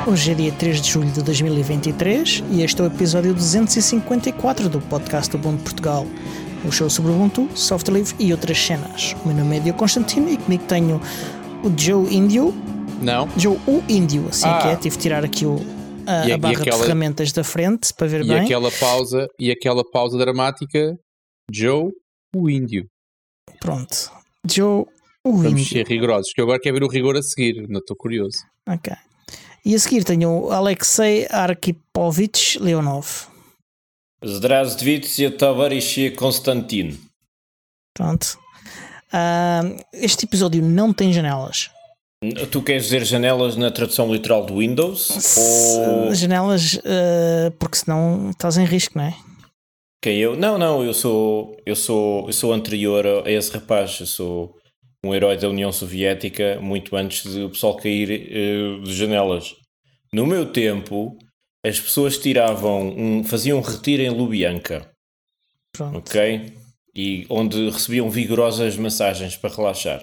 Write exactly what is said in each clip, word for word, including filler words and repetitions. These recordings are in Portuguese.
Hoje é dia três de julho de dois mil e vinte e três e este é o episódio duzentos e cinquenta e quatro do podcast do Ubuntu Portugal. O show sobre Ubuntu, software livre e outras cenas. O meu nome é Diogo Constantino e comigo tenho o Joe Índio. Não. Joe o Índio, assim ah. que é. Tive de tirar aqui o, a, e, a barra aquela, de ferramentas da frente para ver e bem. Aquela pausa, e aquela pausa dramática, Joe o Índio. Pronto. Joe o Vamos Índio. Vamos ser rigorosos, que eu agora quero ver o rigor a seguir. Não estou curioso. Ok. E a seguir tenho o Alexei Arkipovich Leonov. Здравствуйте, товарищи Константин. Pronto. Uh, este episódio não tem janelas. Tu queres dizer janelas na tradução literal do Windows? S- ou... Janelas, uh, porque senão estás em risco, não é? Quem eu? Não, não, eu sou, eu sou, eu sou anterior a esse rapaz. Eu sou um herói da União Soviética muito antes de o pessoal cair uh, de janelas. No meu tempo, as pessoas tiravam, um, faziam um retiro em Lubyanka. Pronto. Ok? E onde recebiam vigorosas massagens para relaxar.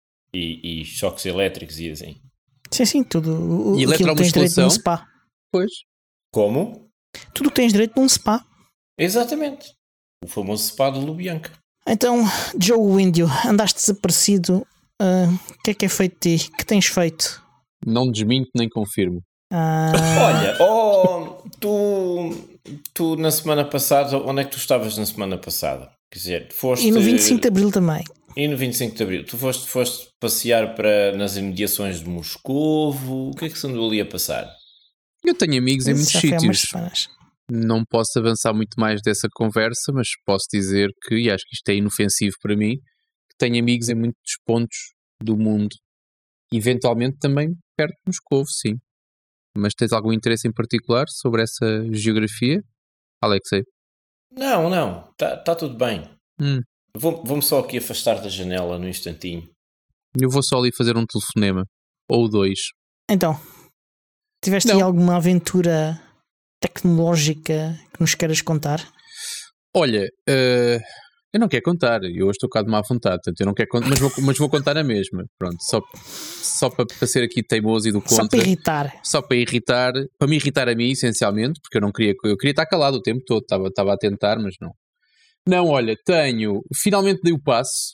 E, e choques elétricos e assim. Sim, sim, tudo. O, E aquilo que tens direito num eletromusculação? spa. Pois. Como? Tudo que tens direito num spa. Exatamente. O famoso spa de Lubyanka. Então, Joe o Índio, andaste desaparecido. O uh, que é que é feito de ti? Que tens feito? Não desminto nem confirmo. Uh... Olha, oh, tu, tu na semana passada, onde é que tu estavas na semana passada? Quer dizer, foste... E no vinte e cinco de Abril também. E no vinte e cinco de Abril. Tu foste, foste passear para, nas imediações de Moscovo. O que é que se andou ali a passar? Eu tenho amigos em muitos Já foi há umas sítios. semanas. Não posso avançar muito mais dessa conversa, mas posso dizer que, e acho que isto é inofensivo para mim, que tenho amigos em muitos pontos do mundo. Eventualmente também perto de Moscovo, sim. Mas tens algum interesse em particular sobre essa geografia, Alexei? Não, não. Está tá tudo bem. Hum. Vou, vou-me só aqui afastar da janela num instantinho. Eu vou só ali fazer um telefonema. Ou dois. Então, tiveste Não. aí alguma aventura tecnológica que nos queiras contar? Olha, uh, eu não quero contar. Eu hoje estou um bocado de má vontade, portanto eu não quero contar, mas vou, mas vou contar a mesma. Pronto, só, só para, para ser aqui teimoso e do contra. Só para irritar. Só para irritar, para me irritar a mim, essencialmente, porque eu não queria, eu queria estar calado o tempo todo, estava, estava a tentar, mas não. Não, olha, tenho, finalmente dei o passo,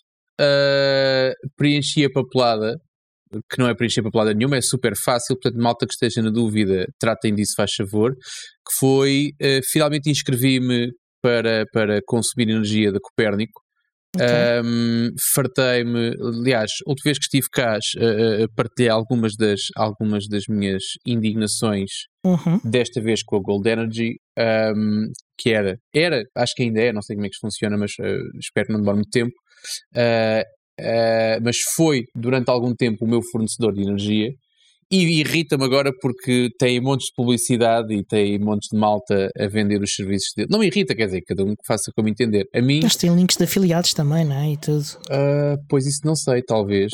uh, preenchi a papelada, que não é preencher papelada nenhuma, é super fácil, portanto, malta que esteja na dúvida, tratem disso, faz favor, que foi, uh, finalmente inscrevi-me para, para consumir energia da Copérnico. Okay. Um, fartei-me, aliás, a última vez que estive cá, uh, partilhei algumas das, algumas das minhas indignações, uhum. desta vez com a Gold Energy, um, que era, era, acho que ainda é, não sei como é que isto funciona, mas uh, espero que não demore muito tempo, uh, uh, mas foi durante algum tempo o meu fornecedor de energia. E irrita-me agora porque tem montes de publicidade e tem montes de malta a vender os serviços dele. Não me irrita, quer dizer, cada um que faça como entender. A mim... Mas tem links de afiliados também, não é? E tudo. Uh, pois isso não sei, talvez.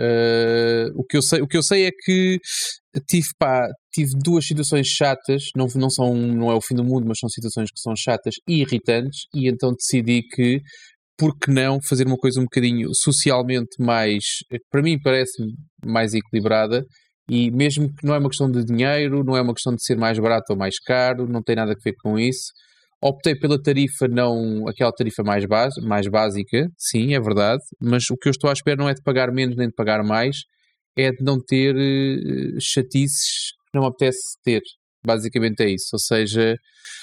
Uh, o, que eu sei, o que eu sei é que tive, pá, tive duas situações chatas, não, não, são, não é o fim do mundo, mas são situações que são chatas e irritantes, e então decidi que, por que não fazer uma coisa um bocadinho socialmente mais, para mim parece-me mais equilibrada. E mesmo que não é uma questão de dinheiro, não é uma questão de ser mais barato ou mais caro, não tem nada a ver com isso. Optei pela tarifa, não aquela tarifa mais, base, mais básica, sim, é verdade, mas o que eu estou à espera não é de pagar menos nem de pagar mais, é de não ter uh, chatices que não me apetece ter. Basicamente é isso. Ou seja,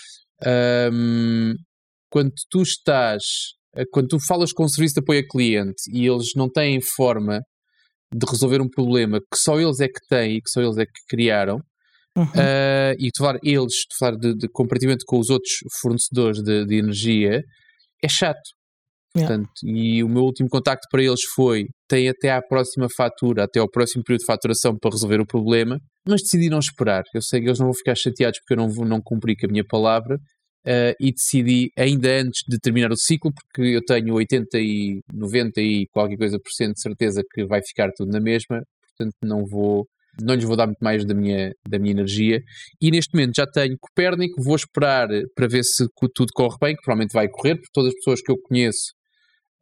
um, quando tu estás, quando tu falas com o serviço de apoio a cliente e eles não têm forma de resolver um problema que só eles é que têm e que só eles é que criaram, uhum. uh, e tu falar eles, tu falar de, de comparativamente com os outros fornecedores de, de energia, é chato. Yeah. Portanto, e o meu último contacto para eles foi, tem até à próxima fatura, até ao próximo período de faturação para resolver o problema, mas decidi não esperar. Eu sei que eles não vão ficar chateados porque eu não, vou, não cumpri com a minha palavra, uh, e decidi ainda antes de terminar o ciclo, porque eu tenho oitenta e noventa e qualquer coisa por cento de certeza que vai ficar tudo na mesma, portanto não vou, não lhes vou dar muito mais da minha, da minha energia, e neste momento já tenho Copérnico, vou esperar para ver se tudo corre bem, que provavelmente vai correr, porque todas as pessoas que eu conheço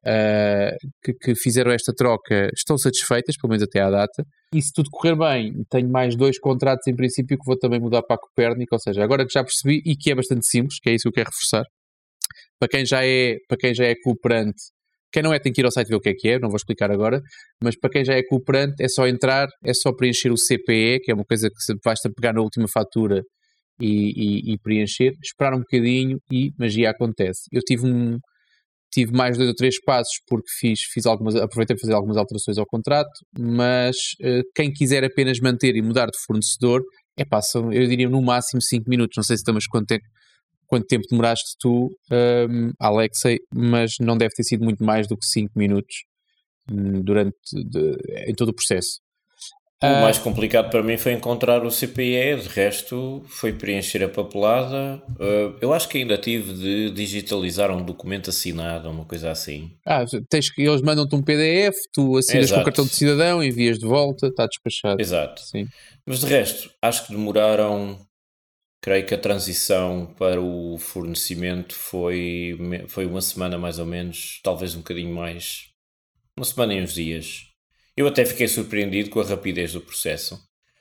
uh, que, que fizeram esta troca estão satisfeitas, pelo menos até à data. E se tudo correr bem, tenho mais dois contratos em princípio que vou também mudar para a Copérnico, ou seja, agora que já percebi e que é bastante simples, que é isso que eu quero reforçar. Para quem já é, para quem já é cooperante, quem não é tem que ir ao site ver o que é que é, não vou explicar agora, mas para quem já é cooperante é só entrar, é só preencher o C P E, que é uma coisa que basta pegar na última fatura e, e, e preencher, esperar um bocadinho e magia acontece. Eu tive um tive mais dois ou três passos porque fiz, fiz algumas, aproveitei para fazer algumas alterações ao contrato, mas uh, quem quiser apenas manter e mudar de fornecedor, é passa, eu diria no máximo cinco minutos, não sei se estamos quanto tempo quanto tempo demoraste tu, um, Alexei, mas não deve ter sido muito mais do que cinco minutos um, durante de, em todo o processo. O Uh, mais complicado para mim foi encontrar o C P E, de resto foi preencher a papelada. Uh, eu acho que ainda tive de digitalizar um documento assinado, uma coisa assim. Ah, tens que, eles mandam-te um P D F, tu assinas Exato. com o cartão de cidadão, envias de volta, está despachado. Exato. Sim. Mas de resto, acho que demoraram... Creio que a transição para o fornecimento foi, foi uma semana mais ou menos, talvez um bocadinho mais, uma semana e uns dias. Eu até fiquei surpreendido com a rapidez do processo,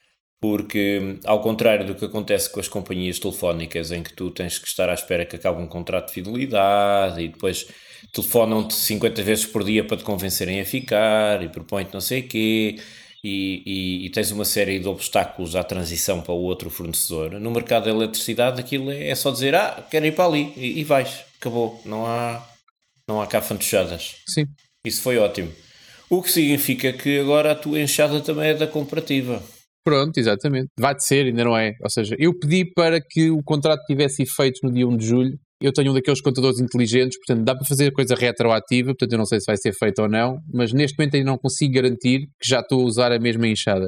porque ao contrário do que acontece com as companhias telefónicas, em que tu tens que estar à espera que acabe um contrato de fidelidade e depois telefonam-te cinquenta vezes por dia para te convencerem a ficar e propõem-te não sei o quê... E, e, e tens uma série de obstáculos à transição para o outro fornecedor. No mercado da eletricidade aquilo é, é só dizer, ah, quero ir para ali e, e vais, acabou, não há, não há cá fantochadas. Sim. Isso foi ótimo. O que significa que agora a tua enxada também é da comparativa. Pronto, exatamente. Vai-de ser, ainda não é. Ou seja, eu pedi para que o contrato tivesse efeitos no dia um de julho. Eu tenho um daqueles contadores inteligentes, portanto dá para fazer coisa retroativa, portanto eu não sei se vai ser feito ou não, mas neste momento ainda não consigo garantir que já estou a usar a mesma enxada.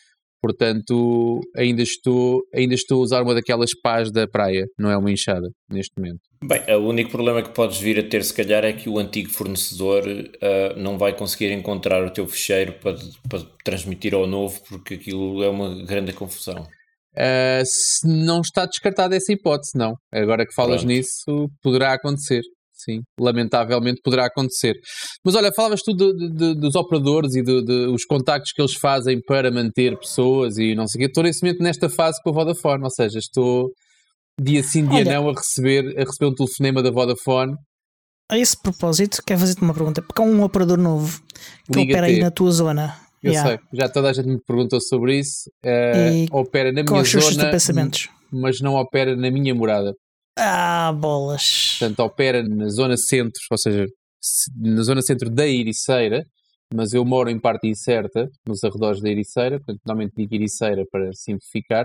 Portanto, ainda estou, ainda estou a usar uma daquelas pás da praia, não é uma enxada, neste momento. Bem, o único problema que podes vir a ter, se calhar, é que o antigo fornecedor uh, não vai conseguir encontrar o teu ficheiro para, para transmitir ao novo, porque aquilo é uma grande confusão. Uh, se não está descartada essa hipótese, não. Agora que falas Pronto. nisso, poderá acontecer. Sim, lamentavelmente poderá acontecer. Mas olha, falavas tu de, de, de, dos operadores e de, de, os contactos que eles fazem para manter pessoas e não sei o quê. Estou nesse momento nesta fase com a Vodafone, ou seja, estou dia sim, dia Olha, não a receber, a receber um telefonema da Vodafone. A esse propósito, quero fazer-te uma pergunta, porque há um operador novo que Liga-te. opera aí na tua zona. Eu Yeah. sei, já toda a gente me perguntou sobre isso. Uh, E opera na minha quais são os teus zona, pensamentos? mas não opera na minha morada. Ah, bolas. Portanto, opera na zona centro, ou seja, na zona centro da Ericeira, mas eu moro em parte incerta, nos arredores da Ericeira, portanto, normalmente digo Ericeira para simplificar,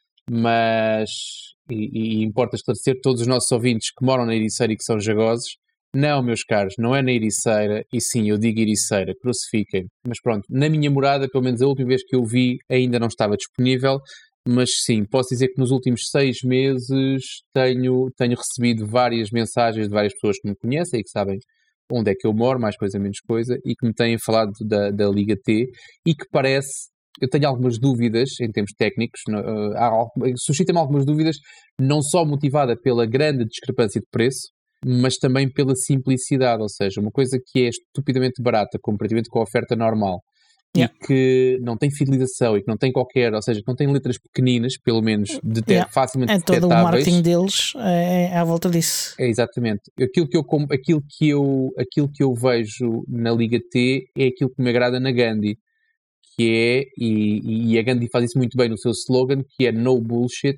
mas, e, e importa esclarecer, todos os nossos ouvintes que moram na Ericeira e que são jagozes, não, meus caros, não é na Ericeira, e sim, eu digo Ericeira, crucifiquem, mas pronto, na minha morada, pelo menos a última vez que eu vi, ainda não estava disponível. Mas sim, posso dizer que nos últimos seis meses tenho, tenho recebido várias mensagens de várias pessoas que me conhecem e que sabem onde é que eu moro, mais coisa menos coisa, e que me têm falado da, da Liga T e que parece, eu tenho algumas dúvidas em termos técnicos, uh, suscita-me algumas dúvidas, não só motivada pela grande discrepância de preço, mas também pela simplicidade, ou seja, uma coisa que é estupidamente barata comparativamente com a oferta normal. Yeah. E que não tem fidelização e que não tem qualquer, ou seja, que não tem letras pequeninas, pelo menos de ter, yeah. facilmente é detectáveis. Todo o marketing deles é, é à volta disso. É exatamente. Aquilo que, eu, aquilo, que eu, aquilo que eu vejo na Liga T é aquilo que me agrada na Gandhi, que é, e, e a Gandhi faz isso muito bem no seu slogan, que é no bullshit.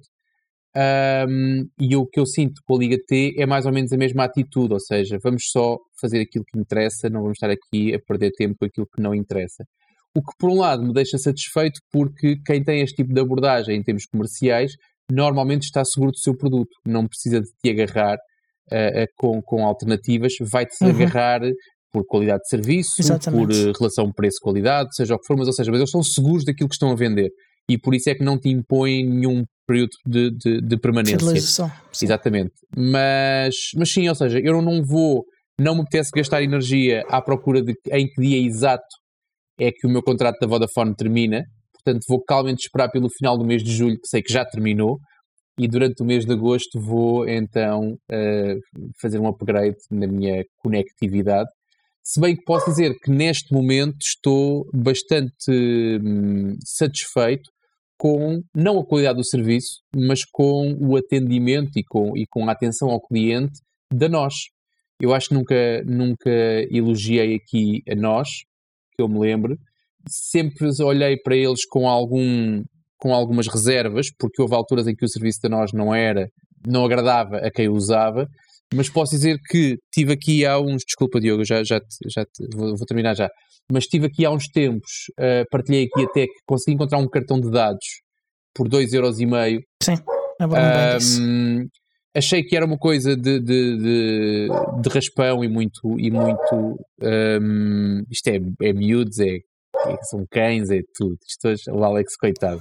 Um, e o que eu sinto com a Liga T é mais ou menos a mesma atitude, ou seja, vamos só fazer aquilo que interessa, não vamos estar aqui a perder tempo com aquilo que não interessa. O que, por um lado, me deixa satisfeito porque quem tem este tipo de abordagem em termos comerciais normalmente está seguro do seu produto. Não precisa de te agarrar uh, uh, com, com alternativas. Vai-te uhum. agarrar por qualidade de serviço, Exatamente. por uh, relação preço-qualidade, seja o que for, mas, ou seja, mas eles são seguros daquilo que estão a vender. E por isso é que não te impõem nenhum período de, de, de permanência. Sim. Exatamente. Mas, mas sim, ou seja, eu não vou, não me apetece gastar energia à procura de em que dia exato é que o meu contrato da Vodafone termina, portanto vou calmamente esperar pelo final do mês de julho, que sei que já terminou, e durante o mês de agosto vou então uh, fazer um upgrade na minha conectividade, Se bem que posso dizer que neste momento estou bastante hum, satisfeito com, não a qualidade do serviço, mas com o atendimento e com, e com a atenção ao cliente da nós. Eu acho que nunca, nunca elogiei aqui a nós, que eu me lembro. Sempre olhei para eles com, algum, com algumas reservas, porque houve alturas em que o serviço da nós não era, não agradava a quem o usava. Mas posso dizer que tive aqui há uns... Desculpa, Diogo, já, já, já vou, vou terminar já. Mas tive aqui há uns tempos, uh, partilhei aqui até que consegui encontrar um cartão de dados por dois euros e meio. Sim, é bom bem disso. Um, achei que era uma coisa de, de, de, de raspão e muito... E muito um, isto é, é miúdos, é, é, são cães, é tudo. Isto hoje, o Alex, coitado.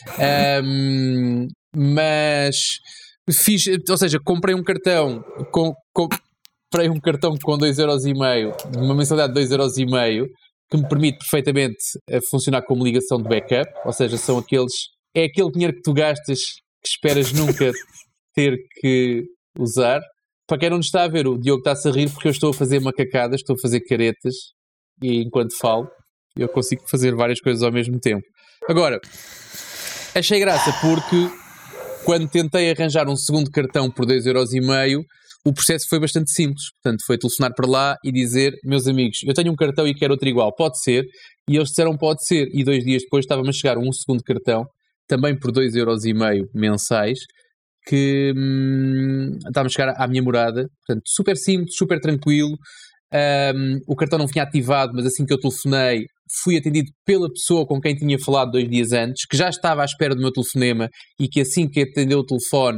Um, mas... Fiz, ou seja, comprei um cartão com, comprei um cartão com dois euros e meio, uma mensalidade de dois euros e meio, que me permite perfeitamente funcionar como ligação de backup, ou seja, são aqueles, é aquele dinheiro que tu gastas que esperas nunca ter que usar. Para quem não nos está a ver, o Diogo está-se a rir porque eu estou a fazer macacadas, estou a fazer caretas e enquanto falo eu consigo fazer várias coisas ao mesmo tempo. Agora, achei graça porque quando tentei arranjar um segundo cartão por dois euros e meio, o processo foi bastante simples. Portanto, foi telefonar para lá e dizer, meus amigos, eu tenho um cartão e quero outro igual, pode ser? E eles disseram, pode ser. E dois dias depois estava-me a chegar um segundo cartão, também por dois euros e meio mensais, que hum, estava a chegar à minha morada. Portanto, super simples, super tranquilo. Um, o cartão não vinha ativado, mas assim que eu telefonei, fui atendido pela pessoa com quem tinha falado dois dias antes, que já estava à espera do meu telefonema e que assim que atendeu o telefone,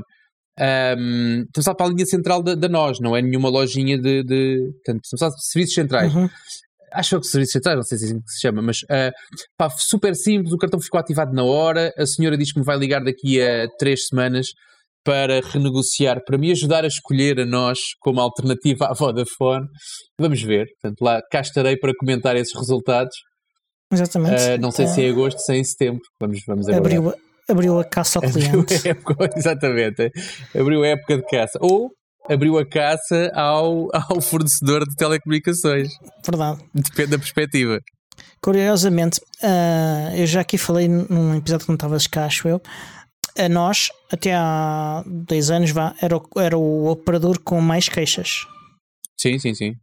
um, estamos a para a linha central da, da nós, não é nenhuma lojinha de, de portanto, estamos a serviços centrais. Uhum. Acho que serviços centrais, não sei se é assim que se chama, mas uh, pá, super simples, o cartão ficou ativado na hora, a senhora diz que me vai ligar daqui a três semanas para renegociar, para me ajudar a escolher a nós como alternativa à Vodafone. Vamos ver, portanto lá cá estarei para comentar esses resultados. Exatamente. Uh, não sei é... se é agosto, se é em setembro. Vamos, vamos abriu, a, abriu a caça ao cliente. Abriu a época, exatamente. Abriu a época de caça. Ou abriu a caça ao, ao fornecedor de telecomunicações. Verdade. Depende da perspectiva. Curiosamente, uh, eu já aqui falei num episódio que não estavas cá, acho eu. A nós, até há dois anos, vá, era, o, era o operador com mais queixas. Sim, sim, sim.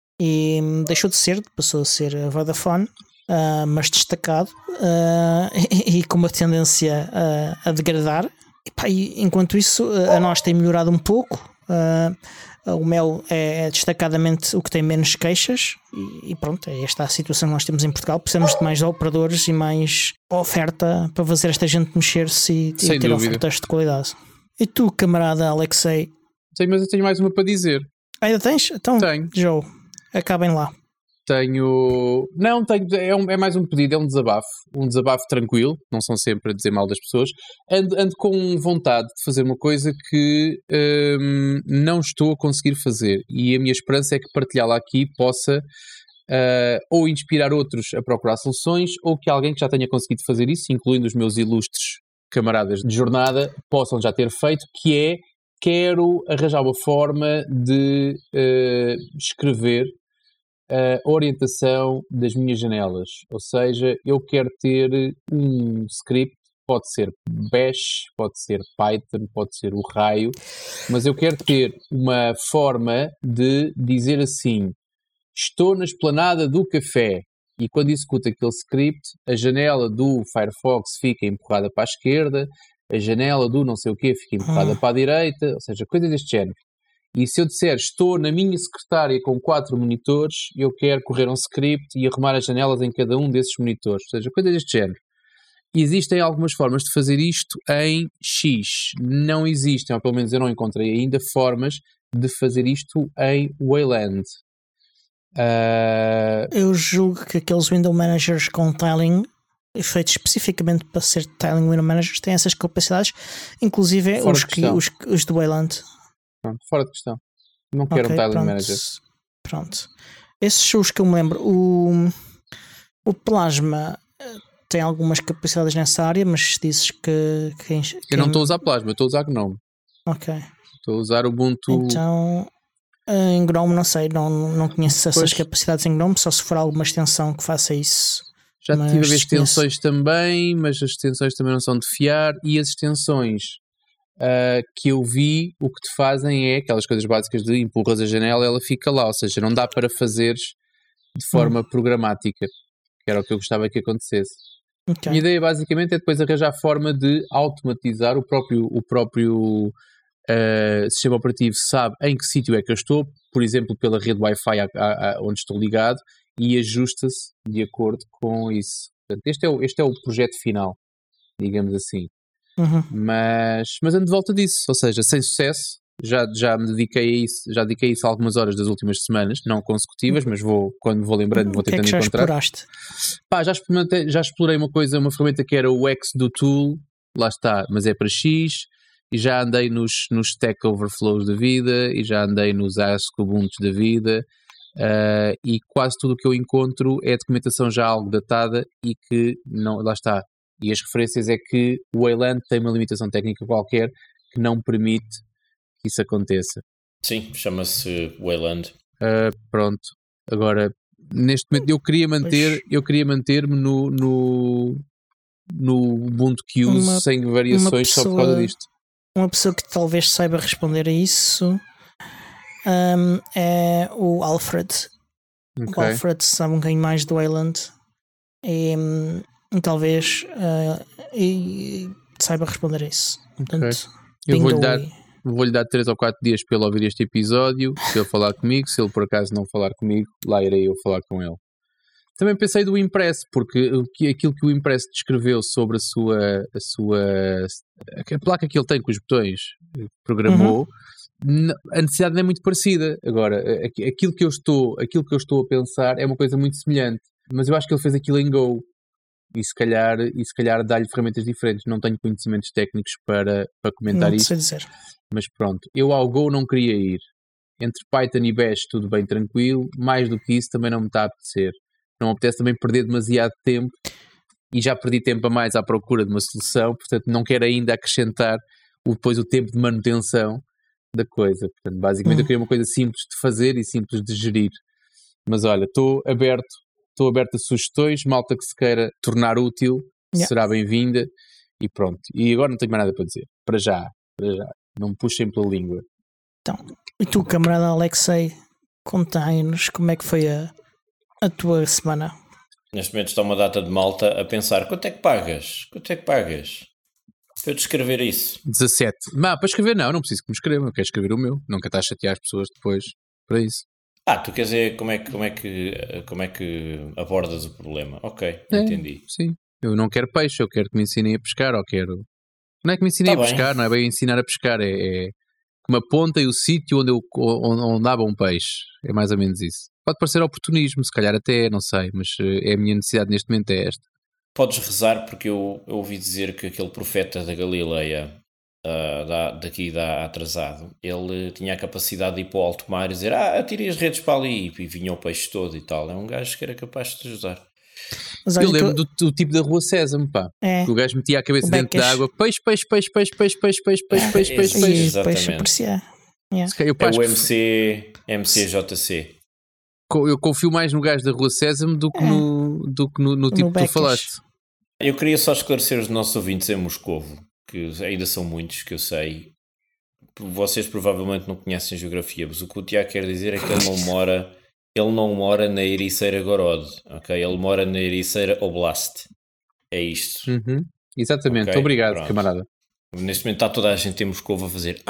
E deixou de ser, passou a ser a Vodafone. Uh, mas destacado uh, e, e com uma tendência uh, a degradar. E, pá, e, enquanto isso, uh, a nós tem melhorado um pouco. Uh, o Mel é, é destacadamente o que tem menos queixas. E, e pronto, é esta a situação que nós temos em Portugal. Precisamos de mais operadores e mais oferta para fazer esta gente mexer-se e, e ter dúvida. Ofertas de qualidade. E tu, camarada Alexei? Sei, mas eu tenho mais uma para dizer. Ainda tens? Então, tenho. Joe, acabem lá. Tenho... Não, tenho... É, um, é mais um pedido, é um desabafo. Um desabafo tranquilo, não são sempre a dizer mal das pessoas. Ando, ando com vontade de fazer uma coisa que hum, não estou a conseguir fazer. E a minha esperança é que partilhá-la aqui possa uh, ou inspirar outros a procurar soluções, ou que alguém que já tenha conseguido fazer isso, incluindo os meus ilustres camaradas de jornada, possam já ter feito, que é, quero arranjar uma forma de uh, escrever a orientação das minhas janelas, ou seja, eu quero ter um script, pode ser Bash, pode ser Python, pode ser o raio, mas eu quero ter uma forma de dizer assim, estou na esplanada do café, e quando executo aquele script, a janela do Firefox fica empurrada para a esquerda, a janela do não sei o quê fica empurrada para a direita, ou seja, coisas deste género. E se eu disser, estou na minha secretária com quatro monitores, eu quero correr um script e arrumar as janelas em cada um desses monitores. Ou seja, coisas deste género. E existem algumas formas de fazer isto em X. Não existem, ou pelo menos eu não encontrei ainda, formas de fazer isto em Wayland. Uh... Eu julgo que aqueles window managers com tiling, feitos especificamente para ser tiling window managers, têm essas capacidades, inclusive os, que, os, os de Wayland. Pronto, fora de questão. Não quero okay, um tiling pronto, manager. Pronto. Esses são os que eu me lembro. O, o Plasma tem algumas capacidades nessa área, mas dizes que... que, que eu não estou a usar Plasma, estou a usar Gnome. Ok. Estou a usar o Ubuntu... Então, Em Gnome não sei, não, não conheço essas Pois. capacidades em Gnome, só se for alguma extensão que faça isso. Já Mas tive a ver desconheço. extensões também, mas as extensões também não são de fiar. E as extensões ah, que eu vi, o que te fazem é aquelas coisas básicas de empurras a janela, ela fica lá. Ou seja, não dá para fazeres de forma programática, que era o que eu gostava que acontecesse. Ok. A minha ideia basicamente é depois arranjar forma de automatizar o próprio, o próprio ah, sistema operativo, sabe em que sítio é que eu estou, por exemplo, pela rede Wi-Fi a- a- a- onde estou ligado, e ajusta-se de acordo com isso. Portanto, este é o, este é o projeto final, digamos assim. Uhum. Mas, mas ando de volta disso, ou seja, sem sucesso. Já, já me dediquei a isso, já dediquei a isso algumas horas das últimas semanas, não consecutivas, mas vou, quando vou lembrando, vou O que é tentando que já encontrar. exploraste? Pá, já, experimentei- já explorei uma coisa, uma ferramenta que era o X do Tool, lá está, mas é para X, e já andei nos, nos Stack Overflows da vida, e já andei nos Ask Ubuntu da vida, ah, e quase tudo o que eu encontro é documentação já algo datada e que não, lá está. E as referências é que o Wayland tem uma limitação técnica qualquer que não permite que isso aconteça. Sim, chama-se Wayland. Ah, pronto, agora neste momento eu queria manter, Pois. eu queria manter-me no, no, no Ubuntu que uso Uma- sem variações só por causa pessoa- disto. Uma pessoa que talvez saiba responder a isso hum, é o Alfred. O Ok. Alfred sabe um bocadinho mais do Wayland e hum, talvez ah, e saiba responder a isso. Portanto, Eu pinga vou-lhe dar, o i. vou-lhe dar três ou quatro dias para ele ouvir este episódio, se ele falar comigo, se ele por acaso não falar comigo, lá irei eu falar com ele. Também pensei do Impress, porque o que- aquilo que o Impress descreveu sobre a sua, a sua a placa que ele tem com os botões, eh, programou, n- a necessidade não é muito parecida. Agora, a- aqui- aquilo que eu estou, aquilo que eu estou a pensar é uma coisa muito semelhante, mas eu acho que ele fez aquilo em Go. E se calhar, e se calhar dá-lhe ferramentas diferentes. Não tenho conhecimentos técnicos para, para comentar Não isto, sei dizer. mas pronto. Eu ao Go não queria ir. Entre Python e Bash tudo bem tranquilo. Mais do que isso também não me está a apetecer. Não me apetece também perder demasiado tempo. E já perdi tempo a mais à procura de uma solução. Portanto não quero ainda acrescentar o, depois o tempo de manutenção da coisa. Portanto basicamente Hum. eu queria uma coisa simples de fazer e simples de gerir. Mas olha, estou aberto. Estou aberto a sugestões, malta que se queira tornar útil, Yeah. será bem-vinda e pronto. E agora não tenho mais nada para dizer. Para já, para já. Não me puxem pela língua. E tu, camarada Alexei, conta-nos como é que foi a, a tua semana. Neste momento está uma data de malta a pensar: quanto é que pagas? Quanto é que pagas? Para eu descrever isso. dezassete. Mas para escrever não, não preciso que me escrevam. Eu quero escrever o meu. Não quero estar a chatear as pessoas depois para isso. Ah, tu queres dizer como é que, como é que, como é que abordas o problema? Ok, É, entendi. Sim. Eu não quero peixe, eu quero que me ensinem a pescar, ou quero... Não é que me ensinem Tá a bem. pescar, não é bem ensinar a pescar, é, é que me apontem o sítio onde, eu, onde, onde dava um peixe. É mais ou menos isso. Pode parecer oportunismo, se calhar até, não sei, mas eh, é a minha necessidade neste momento é esta. Podes rezar, porque eu, eu ouvi dizer que aquele profeta da Galileia, ah, da, daqui da atrasado, ele tinha a capacidade de ir para o alto mar e dizer: ah, atirei as redes para ali, e vinha o peixe todo e tal. É um gajo que era capaz de te ajudar. Mas Eu olha, lembro tu- do, do tipo da rua Sésamo, pá. É, Que o gajo metia a cabeça O dentro Becas. da água. Peixe, peixe, peixe, peixe, peixe, peixe, peixe, peixe, peixe, peixe, Esse- e peixe. Exatamente. depois aparecia. Yeah. Se calhar Eu, É acho o que M C, M C J C. co- eu confio mais no gajo da rua Sésamo do que É. no, do que no, no tipo que tu Becas. falaste. Eu queria só esclarecer os nossos ouvintes em Moscovo, que ainda são muitos, que eu sei. Vocês provavelmente não conhecem geografia, mas o que o Tiago quer dizer é que ele não mora, ele não mora na Ericeira Gorod, ok? Ele mora na Ericeira Oblast. É isto. Uhum. Exatamente, Ok, obrigado, pronto. camarada. Neste momento está toda a gente em Moscovo a fazer: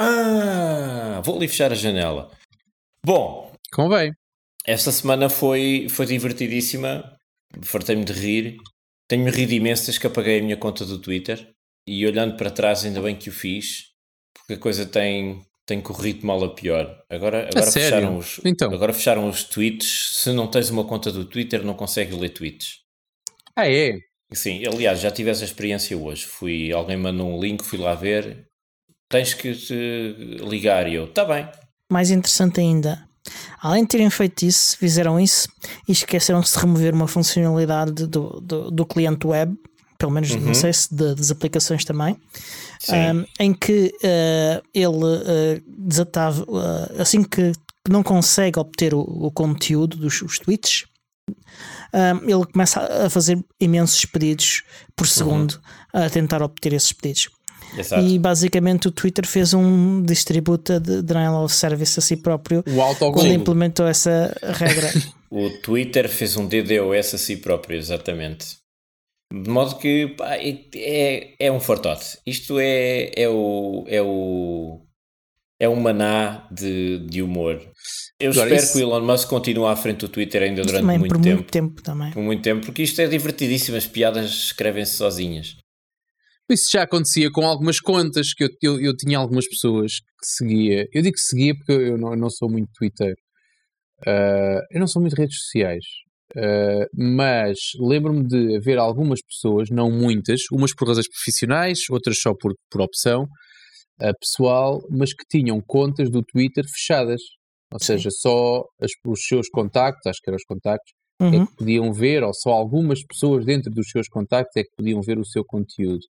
ah, vou ali fechar a janela. Bom, Convém. esta semana foi, foi divertidíssima, fartei-me de rir. Tenho rido imenso desde que apaguei a minha conta do Twitter e olhando para trás ainda bem que o fiz, porque a coisa tem, tem corrido de mal a pior. Agora, agora, sério? fecharam os, Então. agora fecharam os tweets. Se não tens uma conta do Twitter não consegues ler tweets. Ah, é? Sim, aliás, já tive essa experiência hoje. Fui, alguém mandou um link, fui lá ver. Tens que te ligar e eu, está bem. Mais interessante ainda, além de terem feito isso, fizeram isso e esqueceram-se de remover uma funcionalidade do, do, do cliente web, pelo menos Uhum. não sei se de- das aplicações também, Sim. um, em que uh, ele uh, desatava, uh, assim que que não consegue obter o, o conteúdo dos os tweets, um, ele começa a fazer imensos pedidos por segundo, uhum. a tentar obter esses pedidos. Exato. E basicamente o Twitter fez um distributa de denial of service a si próprio quando implementou essa regra. O Twitter fez um D D o S a si próprio, exatamente. De modo que pá, é, é um fartote. Isto é, é o é o é um maná de, de humor. Eu Agora, espero isso... que o Elon Musk continue à frente do Twitter ainda durante também, muito por tempo. Muito tempo também. Por muito tempo, porque isto é divertidíssimo. As piadas escrevem-se sozinhas. Isso já acontecia com algumas contas que eu, eu, eu tinha algumas pessoas que seguia. Eu digo que seguia porque eu não, eu não sou muito Twitter. Uh, eu não sou muito redes sociais. Uh, mas lembro-me de haver algumas pessoas, não muitas, umas por razões profissionais, outras só por, por opção uh, pessoal, mas que tinham contas do Twitter fechadas. Ou Sim. seja, só as, os seus contactos, acho que eram os contactos, uhum. é que podiam ver, ou só algumas pessoas dentro dos seus contactos é que podiam ver o seu conteúdo.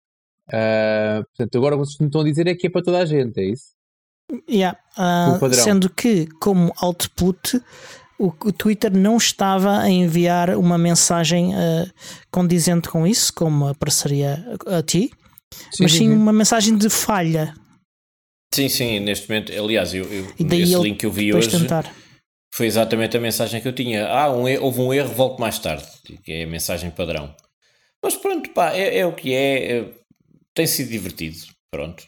Uh, portanto, agora vocês me estão a dizer é que é para toda a gente, é isso? Yeah. Uh, sendo que, como output, o, o Twitter não estava a enviar uma mensagem uh, condizente com isso, como apareceria a ti, sim, mas sim, sim uma mensagem de falha. Sim, sim, neste momento, aliás, eu, eu, e daí esse link que eu vi hoje tentar. Foi exatamente a mensagem que eu tinha. Ah, um erro, houve um erro, volto mais tarde, que é a mensagem padrão. Mas pronto, pá, é, é o que é. é Tem sido divertido, pronto.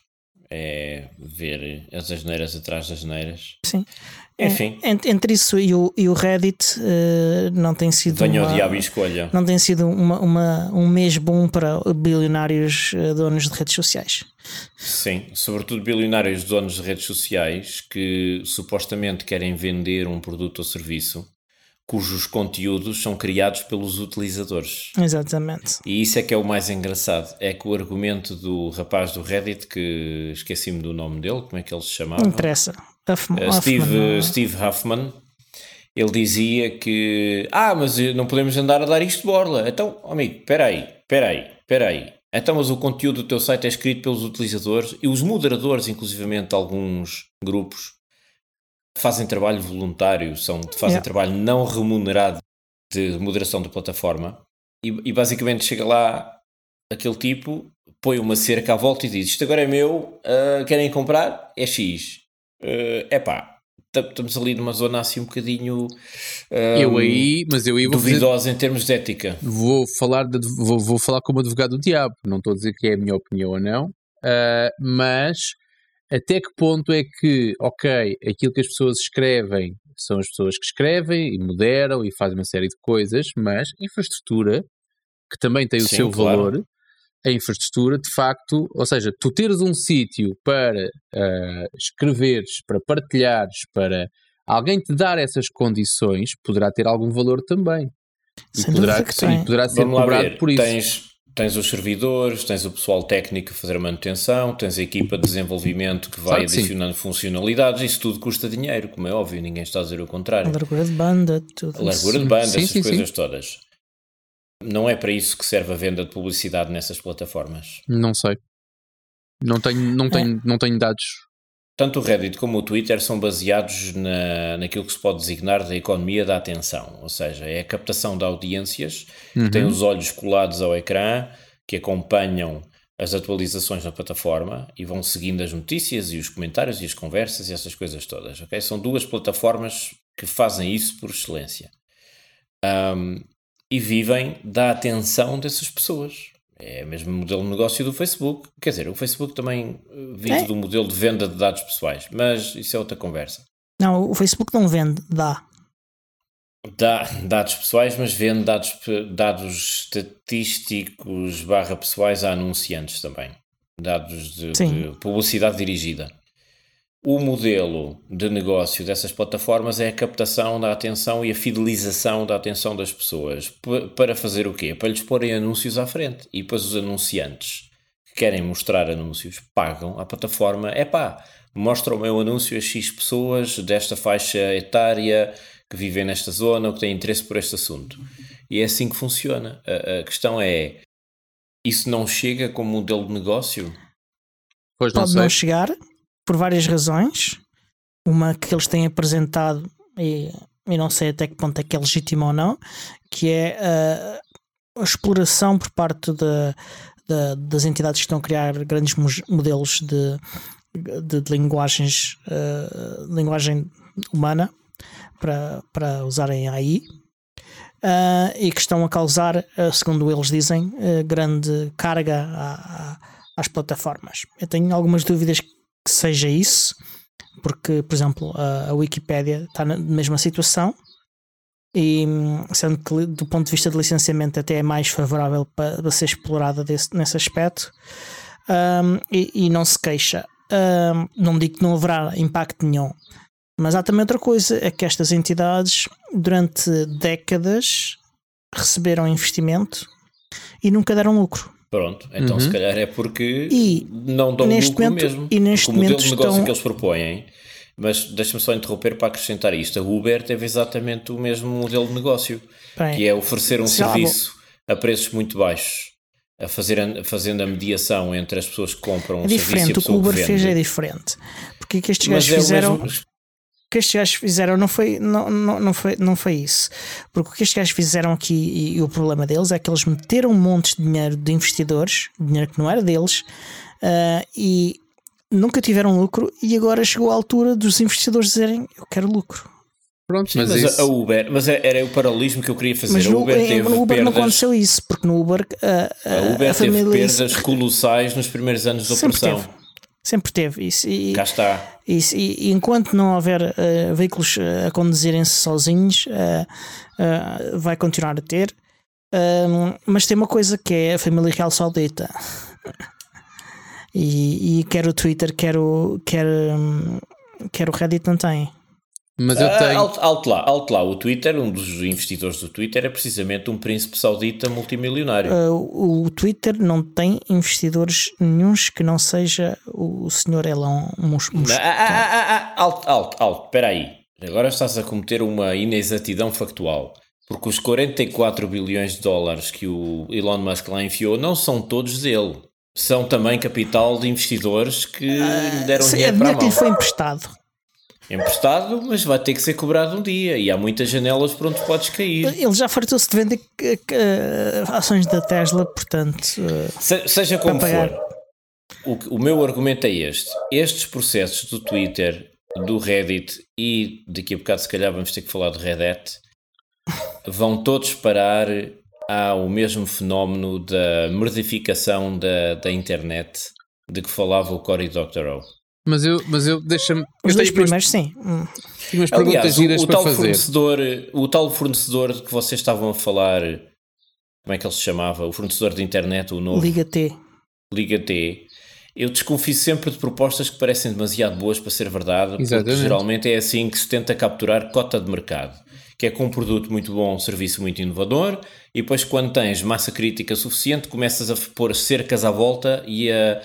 É ver as asneiras atrás das asneiras. Sim. Enfim. É, entre isso e o, e o Reddit uh, não tem sido Venha uma, ao diabo e escolha. Não tem sido uma, uma, um mês bom para bilionários uh, donos de redes sociais. Sim, sobretudo bilionários donos de redes sociais que supostamente querem vender um produto ou serviço cujos conteúdos são criados pelos utilizadores. Exatamente. E isso é que é o mais engraçado. É que o argumento do rapaz do Reddit, que esqueci-me do nome dele, como é que ele se chamava? Não interessa. Huffman, uh, Steve, Huffman, Steve Huffman. Ele dizia que ah, mas não podemos andar a dar isto de borla. Então, amigo, espera aí, espera aí, espera aí. Então, mas o conteúdo do teu site é escrito pelos utilizadores e os moderadores, inclusivamente alguns grupos, fazem trabalho voluntário, são, fazem yeah. trabalho não remunerado de moderação da plataforma e, e basicamente chega lá aquele tipo, põe uma cerca à volta e diz isto agora é meu, uh, querem comprar? É X. É uh, pá, estamos ali numa zona assim um bocadinho um, eu aí, mas eu aí vou duvidosa fazer, em termos de ética. Vou falar, de, vou, vou falar como advogado do diabo, não estou a dizer que é a minha opinião ou não, uh, mas até que ponto é que, ok, aquilo que as pessoas escrevem são as pessoas que escrevem e moderam e fazem uma série de coisas, mas a infraestrutura, que também tem o Sim, seu claro. valor, a infraestrutura, de facto, ou seja, tu teres um sítio para uh, escreveres, para partilhares, para alguém te dar essas condições, poderá ter algum valor também. E Sem poderá, que sim, poderá ser cobrado ver. por isso. Tens... Tens os servidores, tens o pessoal técnico a fazer a manutenção, tens a equipa de desenvolvimento que vai claro que adicionando sim. funcionalidades, isso tudo custa dinheiro, como é óbvio, ninguém está a dizer o contrário. A largura de banda, tudo A largura de banda, sim, essas sim, coisas sim. todas. Não é para isso que serve a venda de publicidade nessas plataformas. Não sei. Não tenho, não tenho, é. não tenho dados. Tanto o Reddit como o Twitter são baseados na, naquilo que se pode designar da economia da atenção, ou seja, é a captação de audiências uhum. que têm os olhos colados ao ecrã, que acompanham as atualizações na plataforma e vão seguindo as notícias e os comentários e as conversas e essas coisas todas. Okay? São duas plataformas que fazem isso por excelência. Um, e vivem da atenção dessas pessoas. É o mesmo modelo de negócio do Facebook. Quer dizer, o Facebook também vive é. do modelo de venda de dados pessoais, mas isso é outra conversa. Não, o Facebook não vende, dá. Dá dados pessoais, mas vende dados, dados estatísticos barra pessoais a anunciantes também. Dados de, de publicidade dirigida. O modelo de negócio dessas plataformas é a captação da atenção e a fidelização da atenção das pessoas. P- para fazer o quê? Para lhes porem anúncios à frente. E depois os anunciantes que querem mostrar anúncios pagam à plataforma. Epá, mostra o meu anúncio a X pessoas desta faixa etária que vivem nesta zona ou que têm interesse por este assunto. E é assim que funciona. A, a questão é, isso não chega como modelo de negócio? Pois não Pode sei. não chegar, por várias razões. uma que eles têm apresentado, e, e não sei até que ponto é que é legítimo ou não, que é a, a exploração por parte de, de, das entidades que estão a criar grandes modelos de, de, de linguagens, uh, linguagem humana para, para usarem A I. Uh, e que estão a causar, uh, segundo eles dizem, uh, grande carga a, a, às plataformas. Eu tenho algumas dúvidas que seja isso, porque, por exemplo, a, a Wikipédia está na mesma situação, e sendo que do ponto de vista de licenciamento até é mais favorável para, para ser explorada desse, nesse aspecto, um, e, e não se queixa. Um, não digo que não haverá impacto nenhum. Mas há também outra coisa, é que estas entidades durante décadas receberam investimento e nunca deram lucro. Pronto, então uhum. se calhar é porque e não dão neste lucro momento, mesmo. E neste o modelo momento de negócio estão... que eles propõem, mas deixa-me só interromper para acrescentar isto. A Uber teve exatamente o mesmo modelo de negócio, Bem, que é oferecer um serviço a preços muito baixos, a fazer a, fazendo a mediação entre as pessoas que compram um é serviço e a pessoa que vende. O que o Uber fez é diferente, porque que estes gajos é fizeram... Mesmo... O que estes gajos fizeram não foi, não, não, não, foi, não foi isso. Porque o que estes gajos fizeram aqui, e, e o problema deles é que eles meteram um monte de dinheiro de investidores, dinheiro que não era deles, uh, e nunca tiveram lucro, e agora chegou a altura dos investidores dizerem: eu quero lucro. Pronto, Sim, mas, mas isso... a Uber, mas era o paralelismo que eu queria fazer. Mas a Uber, no, teve no Uber perdas, não aconteceu isso, porque no Uber uh, a Uber a teve família perdas colossais nos primeiros anos de operação. Teve. Sempre teve isso. E, Cá está. Isso, e, e enquanto não houver uh, veículos uh, a conduzirem-se sozinhos, uh, uh, vai continuar a ter. Uh, mas tem uma coisa que é a família real saudita. e, e quer o Twitter, quer o, quer, um, quer o Reddit, não tem. Mas eu tenho... Uh, alto, alto lá, alto lá. O Twitter, um dos investidores do Twitter é precisamente um príncipe saudita multimilionário. Uh, o, o Twitter não tem investidores nenhuns que não seja o senhor Elon Musk. Ah, ah, ah, ah, alto, alto, alto. Espera aí. Agora estás a cometer uma inexatidão factual. Porque os quarenta e quatro bilhões de dólares que o Elon Musk lá enfiou não são todos dele. São também capital de investidores que uh, lhe deram dinheiro para a mão. Que lhe foi emprestado. Emprestado, mas vai ter que ser cobrado um dia, e há muitas janelas por onde podes cair. Ele já fartou-se de vender uh, ações da Tesla, portanto... Uh, Se, seja como for, o, o meu argumento é este. Estes processos do Twitter, do Reddit, e daqui a bocado se calhar vamos ter que falar do Reddit, vão todos parar ao mesmo fenómeno da merdificação da, da internet de que falava o Cory Doctorow. Mas eu, mas eu deixa-me. Os eu dois primeiros, umas, sim. Tenho umas perguntas Aliás, giras o, o para tal fazer. Fornecedor, o tal fornecedor que vocês estavam a falar, como é que ele se chamava? O fornecedor de internet, o novo. Liga T. Liga T. Eu desconfio sempre de propostas que parecem demasiado boas para ser verdade, Exatamente. Porque geralmente é assim que se tenta capturar cota de mercado, que é com um produto muito bom, um serviço muito inovador, e depois quando tens massa crítica suficiente, começas a pôr cercas à volta e a,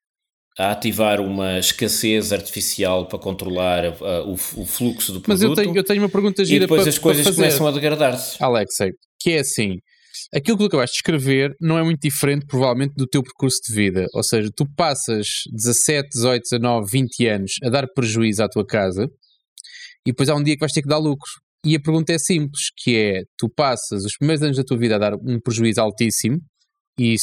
a ativar uma escassez artificial para controlar uh, o, o fluxo do produto. Mas eu tenho, eu tenho uma pergunta gira e depois para, as coisas para fazer. Começam a degradar-se. Alexei, que é assim, aquilo que tu acabaste de escrever não é muito diferente provavelmente do teu percurso de vida, ou seja, tu passas dezassete, dezoito, dezanove, vinte anos a dar prejuízo à tua casa e depois há um dia que vais ter que dar lucro. E a pergunta é simples, que é, tu passas os primeiros anos da tua vida a dar um prejuízo altíssimo e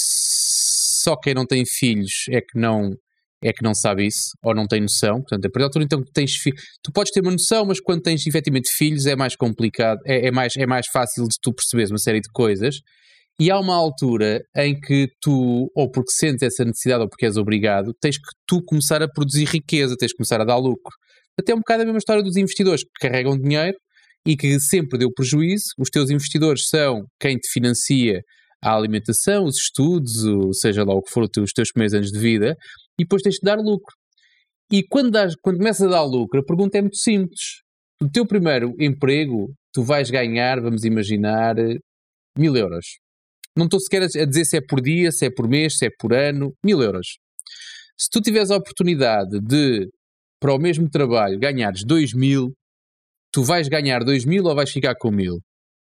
só quem não tem filhos é que não, é que não sabe isso, ou não tem noção. Portanto, a partir da altura então que tens filhos, tu podes ter uma noção, mas quando tens efetivamente filhos é mais complicado, é, é, mais, é mais fácil de tu perceberes uma série de coisas. E há uma altura em que tu, ou porque sentes essa necessidade ou porque és obrigado, tens que tu começar a produzir riqueza, tens que começar a dar lucro. Até um bocado a mesma história dos investidores que carregam dinheiro e que sempre deu prejuízo. Os teus investidores são quem te financia a alimentação, os estudos, ou seja lá o que for os teus primeiros anos de vida, e depois tens de dar lucro. E quando, dás, quando começas a dar lucro, a pergunta é muito simples. No teu primeiro emprego, tu vais ganhar, vamos imaginar, mil euros. Não estou sequer a dizer se é por dia, se é por mês, se é por ano, mil euros. Se tu tiveres a oportunidade de, para o mesmo trabalho, ganhares dois mil, tu vais ganhar dois mil ou vais ficar com mil?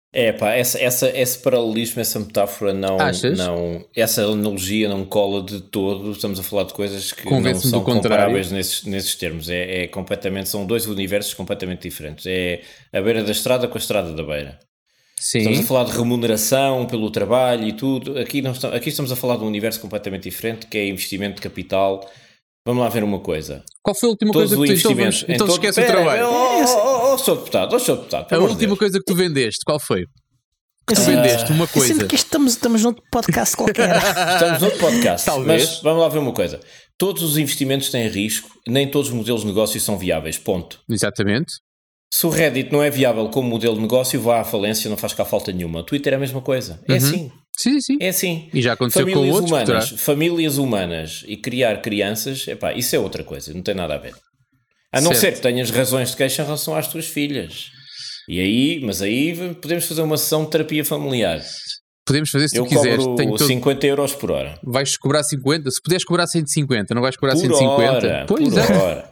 É pá, essa, essa, esse paralelismo, essa metáfora não, não, essa analogia não cola de todo. Estamos a falar de coisas que não são comparáveis nesses, nesses termos. É, é completamente, são dois universos completamente diferentes. É a beira da estrada com a estrada da beira. Sim. Estamos a falar de remuneração pelo trabalho e tudo. Aqui, não estamos, aqui estamos a falar de um universo completamente diferente, que é investimento de capital. Vamos lá ver uma coisa. Qual foi a última Todos coisa que tu vendeste? Então, então esquece o trabalho. Oh, oh, oh, senhor deputado, oh, senhor deputado. A última Deus. coisa que tu vendeste, qual foi? Que tu uh, vendeste uma coisa. Sempre que estamos, estamos num podcast qualquer. Estamos num podcast. Talvez. Mas vamos lá ver uma coisa. Todos os investimentos têm risco, nem todos os modelos de negócio são viáveis. Ponto. Exatamente. Se o Reddit não é viável como modelo de negócio, vá à falência, não faz cá falta nenhuma. O Twitter é a mesma coisa. É uhum. assim. Sim, sim. É assim. E já aconteceu famílias com outros. Humanas, famílias humanas e criar crianças, epá, isso é outra coisa, não tem nada a ver. A não certo. ser que tenhas razões de queixa em relação às tuas filhas. E aí, mas aí podemos fazer uma sessão de terapia familiar. Podemos fazer se eu tu quiseres. Eu cobro todo... cinquenta euros por hora. Vais cobrar cinquenta? Se puderes cobrar cento e cinquenta, não vais cobrar por cento e cinquenta? Hora, pois por é. hora.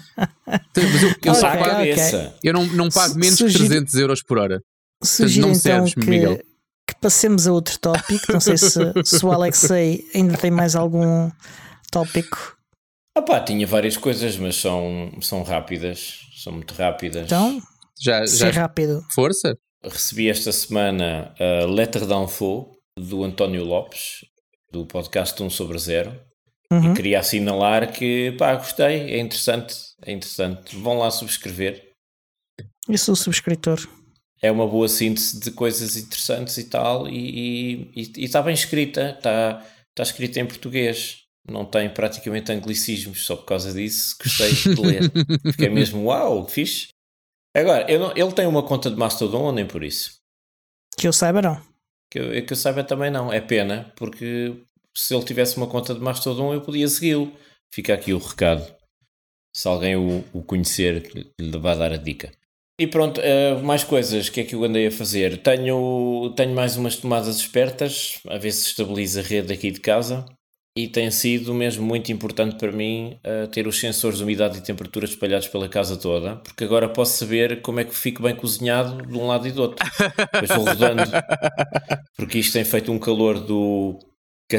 Mas eu, eu, só pago, okay. eu não, não pago menos de trezentos euros por hora. Sugiro então serves, que, Miguel. que passemos a outro tópico. Não sei se, se o Alexei ainda tem mais algum tópico. Ah pá, tinha várias coisas, mas são, são rápidas. São muito rápidas. Então, já, já rápido. Força. Recebi esta semana a Letter d'Info do António Lopes, do podcast um sobre zero. Uhum. E queria assinalar que, pá, gostei, é interessante, é interessante. Vão lá subscrever. Eu sou subscritor. É uma boa síntese de coisas interessantes e tal, e, e, e está bem escrita, está, está escrita em português. Não tem praticamente anglicismos, só por causa disso gostei de ler. Fiquei mesmo, uau, fixe. Agora, eu não, ele tem uma conta de Mastodon ou nem por isso? Que eu saiba não. Que eu, que eu saiba também não, é pena, porque se ele tivesse uma conta de Mastodon eu podia segui-lo. Fica aqui o recado, se alguém o, o conhecer, lhe vai dar a dica. E pronto, uh, mais coisas, que é que eu andei a fazer? Tenho, tenho mais umas tomadas espertas, a ver se estabiliza a rede aqui de casa. E tem sido mesmo muito importante para mim uh, ter os sensores de umidade e temperatura espalhados pela casa toda, porque agora posso saber como é que fico bem cozinhado de um lado e do outro. Depois vou rodando, porque isto tem feito um calor do c...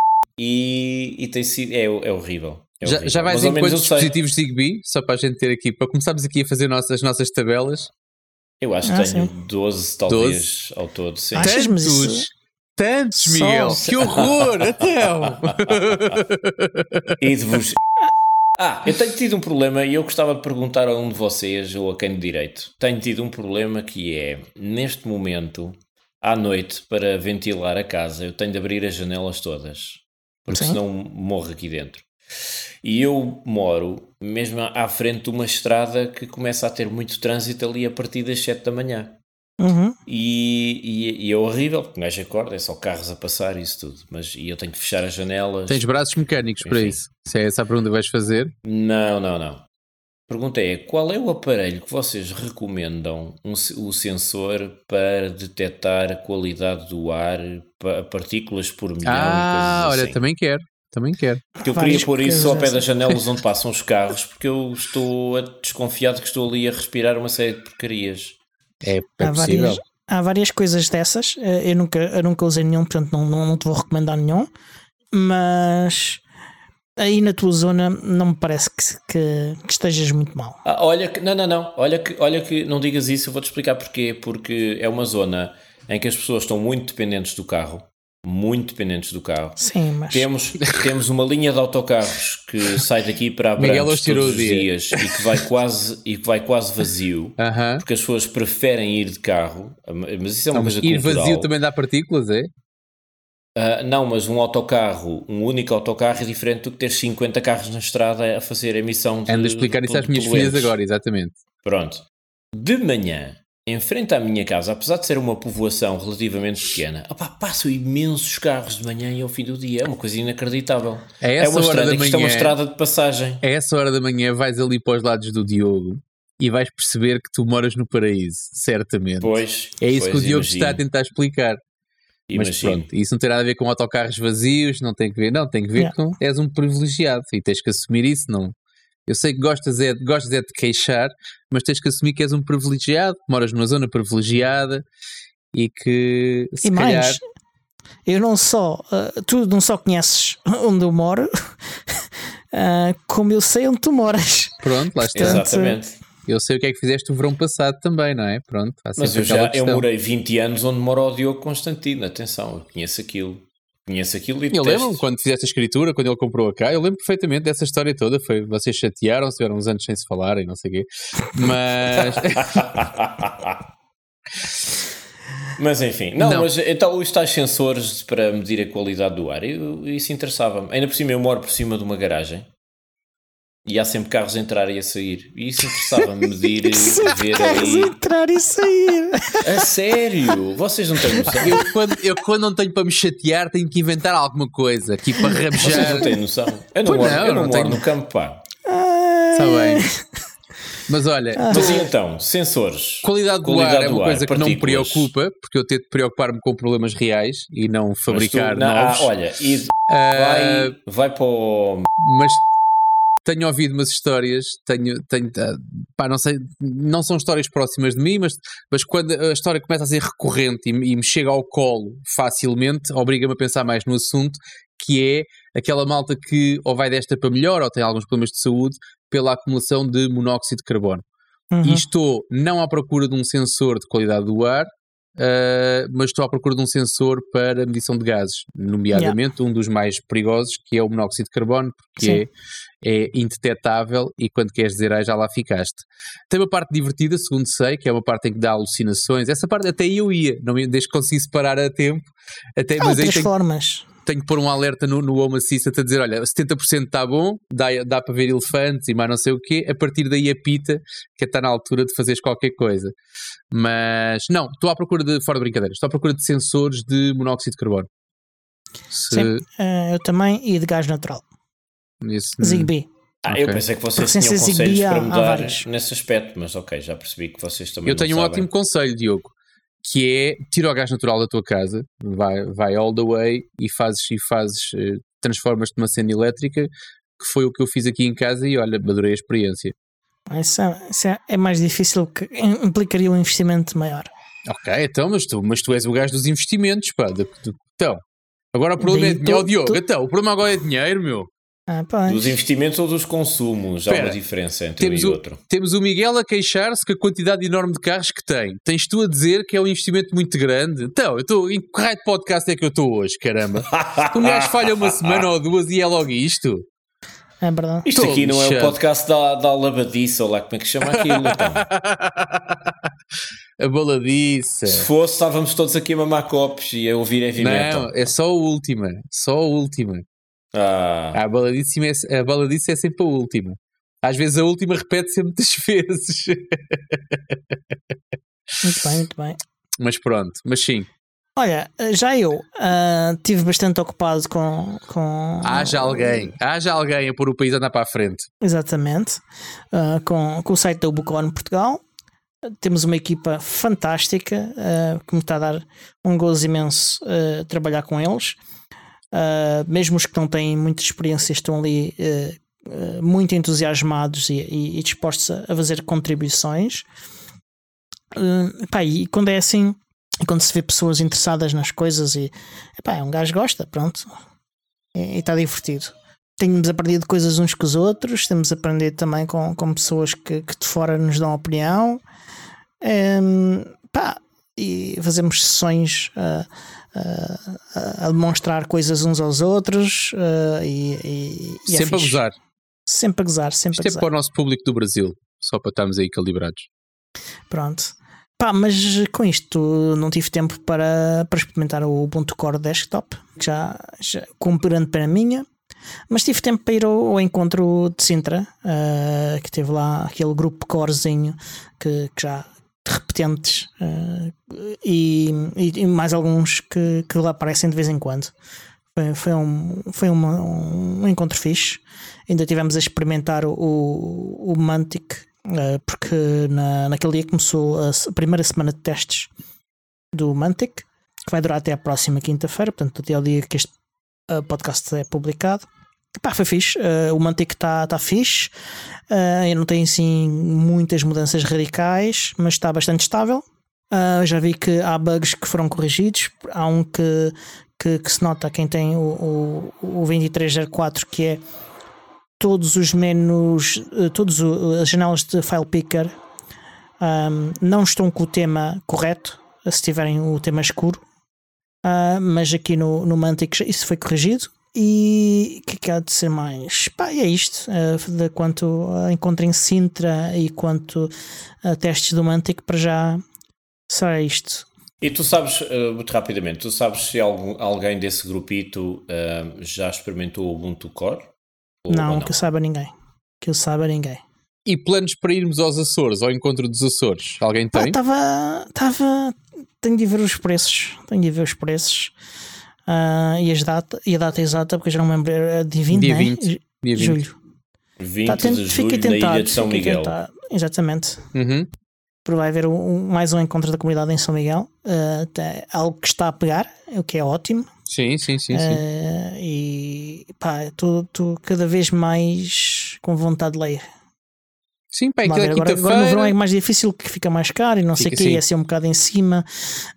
e, e tem sido, é, é horrível. É já, horrível. já vais em quantos dispositivos Zigbee? Só para a gente ter aqui, para começarmos aqui a fazer nossas, as nossas tabelas. Eu acho que ah, tenho sim. doze talvez doze? Ao todo. Sim. Achas, mas isso... Tantos, Miguel! Só... Que horror! Até! E de vos... Ah, eu tenho tido um problema e eu gostava de perguntar a um de vocês ou a quem de direito. Tenho tido um problema que é, neste momento, à noite, para ventilar a casa, eu tenho de abrir as janelas todas, porque Sim. senão morro aqui dentro. E eu moro mesmo à frente de uma estrada que começa a ter muito trânsito ali a partir das sete da manhã. Uhum. E, e, e é horrível, porque não acorda, é só carros a passar e isso tudo. Mas e eu tenho que fechar as janelas. Tens braços mecânicos Enfim. Para isso? Se é essa a pergunta que vais fazer? Não, não, não. A pergunta é, qual é o aparelho que vocês recomendam um, o sensor para detectar a qualidade do ar, partículas por milhão ah, e coisas assim? Olha, também quero. Também quero. Porque eu queria pôr isso ao pé das janelas onde passam os carros, porque eu estou desconfiado que estou ali a respirar uma série de porcarias. É, é há, várias, há várias coisas dessas. Eu nunca, eu nunca usei nenhum, portanto não, não, não te vou recomendar nenhum. Mas aí na tua zona não me parece que, que, que estejas muito mal. Ah, olha que, não, não, não. Olha que, olha que não digas isso, eu vou-te explicar porquê. Porque é uma zona em que as pessoas estão muito dependentes do carro. Muito dependentes do carro. Sim, mas... Temos, temos uma linha de autocarros que sai daqui para Abrantes todos os dias e que vai quase, e que vai quase vazio, uh-huh. porque as pessoas preferem ir de carro, mas isso é uma não, coisa ir cultural. Ir vazio também dá partículas, é? Uh, não, mas um autocarro, um único autocarro é diferente do que ter cinquenta carros na estrada a fazer emissão de... Ando a explicar de, isso às minhas poluentes. filhas agora, exatamente. Pronto. De manhã, em frente à minha casa, apesar de ser uma povoação relativamente pequena, opa, passam imensos carros de manhã e ao fim do dia. É uma coisa inacreditável. É, essa é uma hora estrada da que manhã, isto é uma estrada de passagem. A essa hora da manhã vais ali para os lados do Diogo e vais perceber que tu moras no paraíso, certamente. Pois. É isso pois, que o Diogo imagino. está a tentar explicar. Imagino. Mas pronto, isso não tem nada a ver com autocarros vazios, não tem que ver, não, tem que ver yeah. com és um privilegiado e tens que assumir isso, não... Eu sei que gostas é, gostas é de queixar, mas tens que assumir que és um privilegiado, moras numa zona privilegiada e que se E calhar... mais, eu não só, uh, tu não só conheces onde eu moro, uh, como eu sei onde tu moras. Pronto, lá está. Exatamente. Eu sei o que é que fizeste o verão passado também, não é? Pronto, há Mas sempre eu aquela já eu questão. morei vinte anos onde mora o Diogo Constantino. Atenção, eu conheço aquilo. Conheço aquilo e Eu detesto. lembro quando fizeste a escritura, quando ele comprou a cá, eu lembro perfeitamente dessa história toda. Foi, vocês chatearam-se, tiveram uns anos sem se falarem, não sei o quê. Mas. Mas enfim, não, Não. mas então os tais sensores para medir a qualidade do ar, eu, isso interessava-me. Ainda por cima, eu moro por cima de uma garagem e há sempre carros a entrar e a sair. E isso interessava-me medir, ver Carros ali. entrar e sair. A sério? Vocês não têm noção? Eu quando, eu quando não tenho para me chatear, tenho que inventar alguma coisa aqui para Vocês rabejar. não têm noção? Eu não Pois moro, não, eu não não moro tenho. no campo, pá. Está bem. Mas olha, Mas e então, sensores? qualidade do Qualidade ar é do uma ar, coisa que não me partículas. preocupa, porque eu tento preocupar-me com problemas reais e não Mas tu- fabricar não, novos. ah, olha, e Ah, vai, vai para o. mas tenho ouvido umas histórias, tenho, tenho ah, pá, não sei, não são histórias próximas de mim, mas, mas quando a história começa a ser recorrente e, me- e me chega ao colo facilmente, obriga-me a pensar mais no assunto, que é aquela malta que ou vai desta para melhor ou tem alguns problemas de saúde pela acumulação de monóxido de carbono. Uhum. E estou não à procura de um sensor de qualidade do ar, ah, mas estou à procura de um sensor para medição de gases, nomeadamente um dos mais perigosos, que é o monóxido de carbono, porque é, é indetetável e quando queres dizer ai já lá ficaste. Tem uma parte divertida, segundo sei, que é uma parte em que dá alucinações. Essa parte até eu ia, não me, desde que conseguisse parar a tempo, até, Há mas aí outras tenho, formas. tenho que pôr um alerta no, no Home Assistant a dizer, olha, setenta por cento está bom, dá, dá para ver elefantes e mais não sei o quê, a partir daí apita, que está na altura de fazeres qualquer coisa. Mas, não, estou à procura de, fora de brincadeiras, estou à procura de sensores de monóxido de carbono. Se, Sim, uh, eu também, e de gás natural. esse, Zigbee. Ah, Ok. eu pensei que vocês Porque sem tinham ser conselhos Zigbee há- para há mudar vários. nesse aspecto, mas ok, já percebi que vocês também Eu não tenho um sabem. ótimo conselho, Diogo, que é tira o gás natural da tua casa, vai, vai all the way e fazes, e fazes eh, transformas-te numa cena elétrica, que foi o que eu fiz aqui em casa e olha, adorei a experiência. Isso, é, isso é, é mais difícil, que implicaria um investimento maior. Ok, então, mas tu, mas tu és o gajo dos investimentos, pá. De, de, então, agora o problema Daí é dinheiro, tu- oh, Diogo, tu- então, o problema agora é dinheiro, meu. Ah, pois. Dos investimentos ou dos consumos? Há Espera, uma diferença entre Temos um e o, outro. temos o Miguel a queixar-se com a quantidade enorme de carros que tem. Tens tu a dizer que é um investimento muito grande. Então, eu estou em que raio de podcast é que eu estou hoje, caramba? Um gajo falha uma semana ou duas e é logo isto. É verdade. Isto Tô aqui não é o lixado. podcast da, da Alabadiça, ou lá como é que se chama aquilo, então. A baladiça. Se fosse, estávamos todos aqui a mamar copos e a ouvir heavy metal. Não, é só a última. Só a última. Ah, A baladice é, a baladice é sempre a última. Às vezes a última repete-se muitas vezes. Muito bem, muito bem. Mas pronto, mas sim. Olha, já eu ah, estive bastante ocupado com. com Haja alguém. Haja alguém a pôr o país a andar para a frente. Exatamente. ah, com, com o site da Ubucon Portugal. Temos uma equipa fantástica ah, que me está a dar um gozo imenso ah, trabalhar com eles. Uh, mesmo os que não têm muita experiência estão ali uh, uh, muito entusiasmados e, e, e dispostos a, a fazer contribuições. Uh, pá, e quando é assim, quando se vê pessoas interessadas nas coisas e pá, um gajo gosta, pronto, e está divertido. Temos aprendido coisas uns com os outros, temos aprendido também com, com pessoas que, que de fora nos dão opinião. Um, pá, e fazemos sessões uh, uh, a demonstrar coisas uns aos outros uh, e, e, e é Sempre a fixe. gozar. Sempre a gozar, sempre Isto a é gozar. para o nosso público do Brasil. Só para estarmos aí calibrados. Pronto. Pá, mas com isto não tive tempo para, para experimentar o Ubuntu Core Desktop, que já, já comprando para a minha, mas tive tempo para ir ao, ao encontro de Sintra, uh, que teve lá aquele grupo corezinho que, que já de repetentes uh, e, e mais alguns que, que lá aparecem de vez em quando. Foi, foi, um, foi uma, um encontro fixe. Ainda tivemos a experimentar o, o Mantic, uh, porque na, naquele dia começou a, a primeira semana de testes do Mantic, que vai durar até a próxima quinta-feira, portanto até ao dia que este uh, podcast é publicado. Pá, foi fixe. Uh, o Mantic está tá fixe. Uh, eu não tenho assim muitas mudanças radicais, mas está bastante estável. Uh, já vi que há bugs que foram corrigidos. Há um que, que, que se nota quem tem o, o, o vinte e três zero quatro, que é todos os menus, todas as janelas de file picker um, não estão com o tema correto, se tiverem o tema escuro. Uh, mas aqui no, no Mantic isso foi corrigido. E o que é há de ser mais? Pá, é isto. Uh, de quanto a encontro em Sintra e quanto a testes do Mantic, para já será isto. E tu sabes, uh, muito rapidamente, tu sabes se algum, alguém desse grupito uh, já experimentou o Ubuntu Core? Ou, não, ou não, que eu saiba ninguém. Que eu saiba ninguém. E planos para irmos aos Açores, ao encontro dos Açores? Alguém tem? Estava. Estava. Tenho de ver os preços. Tenho de ver os preços. Uh, e, as data, e a data exata, porque eu já não me lembro. Era dia vinte, dia né? vinte. Dia vinte. Julho. vinte tá, de julho tentado, na ilha de São Miguel. Tentado. Exatamente. Uhum. Vai haver um, mais um encontro da comunidade em São Miguel. Uh, é algo que está a pegar, o que é ótimo. Sim, sim, sim. Uh, sim. E pá, estou cada vez mais com vontade de ler. Sim, pá, agora, agora no verão é mais difícil, que fica mais caro e não sei o que, ia ser um bocado em cima,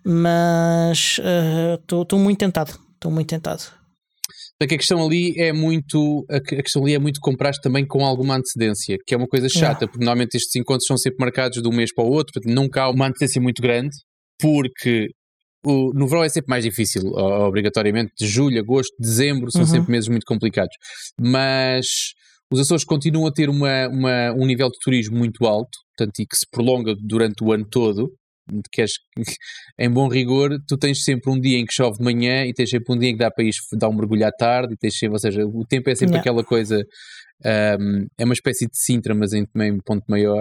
mas estou uh, muito tentado. Estou muito tentado. A questão ali é muito a questão ali é muito comprar também com alguma antecedência, que é uma coisa chata, é. Porque normalmente estes encontros são sempre marcados de um mês para o outro, portanto nunca há uma antecedência muito grande, porque o, no verão é sempre mais difícil, obrigatoriamente, de julho, agosto, dezembro, são uhum. sempre meses muito complicados, mas os Açores continuam a ter uma, uma, um nível de turismo muito alto, portanto, e que se prolonga durante o ano todo. Queres, em bom rigor, tu tens sempre um dia em que chove de manhã e tens sempre um dia em que dá para ir dar um mergulho à tarde, e tens sempre, ou seja, o tempo é sempre yeah. aquela coisa, um, é uma espécie de Sintra, mas em também ponto maior.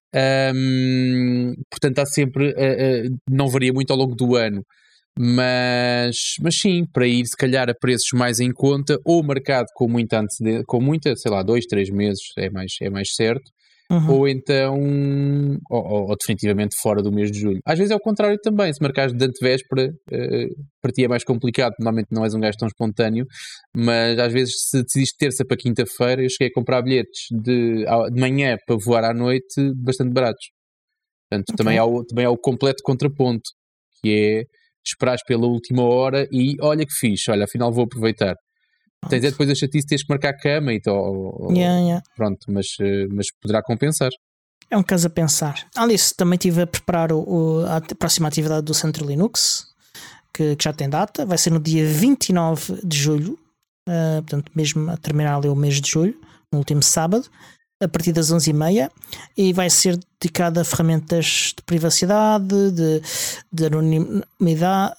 Um, portanto, há sempre, uh, uh, não varia muito ao longo do ano, mas, mas sim, para ir se calhar a preços mais em conta, ou marcado com muita antecedência, com muita, sei lá, dois, três meses, é mais, é mais certo. Uhum. Ou então, ou, ou, ou definitivamente fora do mês de julho. Às vezes é o contrário também, se marcares de antevéspera, uh, para ti é mais complicado, normalmente não és um gajo tão espontâneo, mas às vezes se decidiste terça para quinta-feira, eu cheguei a comprar bilhetes de, de manhã para voar à noite bastante baratos. Portanto, okay. também, há o, também há o completo contraponto, que é esperares pela última hora e olha que fixe, olha, afinal vou aproveitar. Tens é depois a chatice de teres que marcar a cama e tal. Yeah, yeah. Pronto, mas, mas poderá compensar. É um caso a pensar. Além disso, também estive a preparar o, o, a próxima atividade do Centro Linux, que, que já tem data. Vai ser no dia vinte e nove de julho, uh, portanto, mesmo a terminar ali o mês de julho, no último sábado, a partir das onze e meia, e vai ser dedicado a ferramentas de privacidade, de, de anonimidade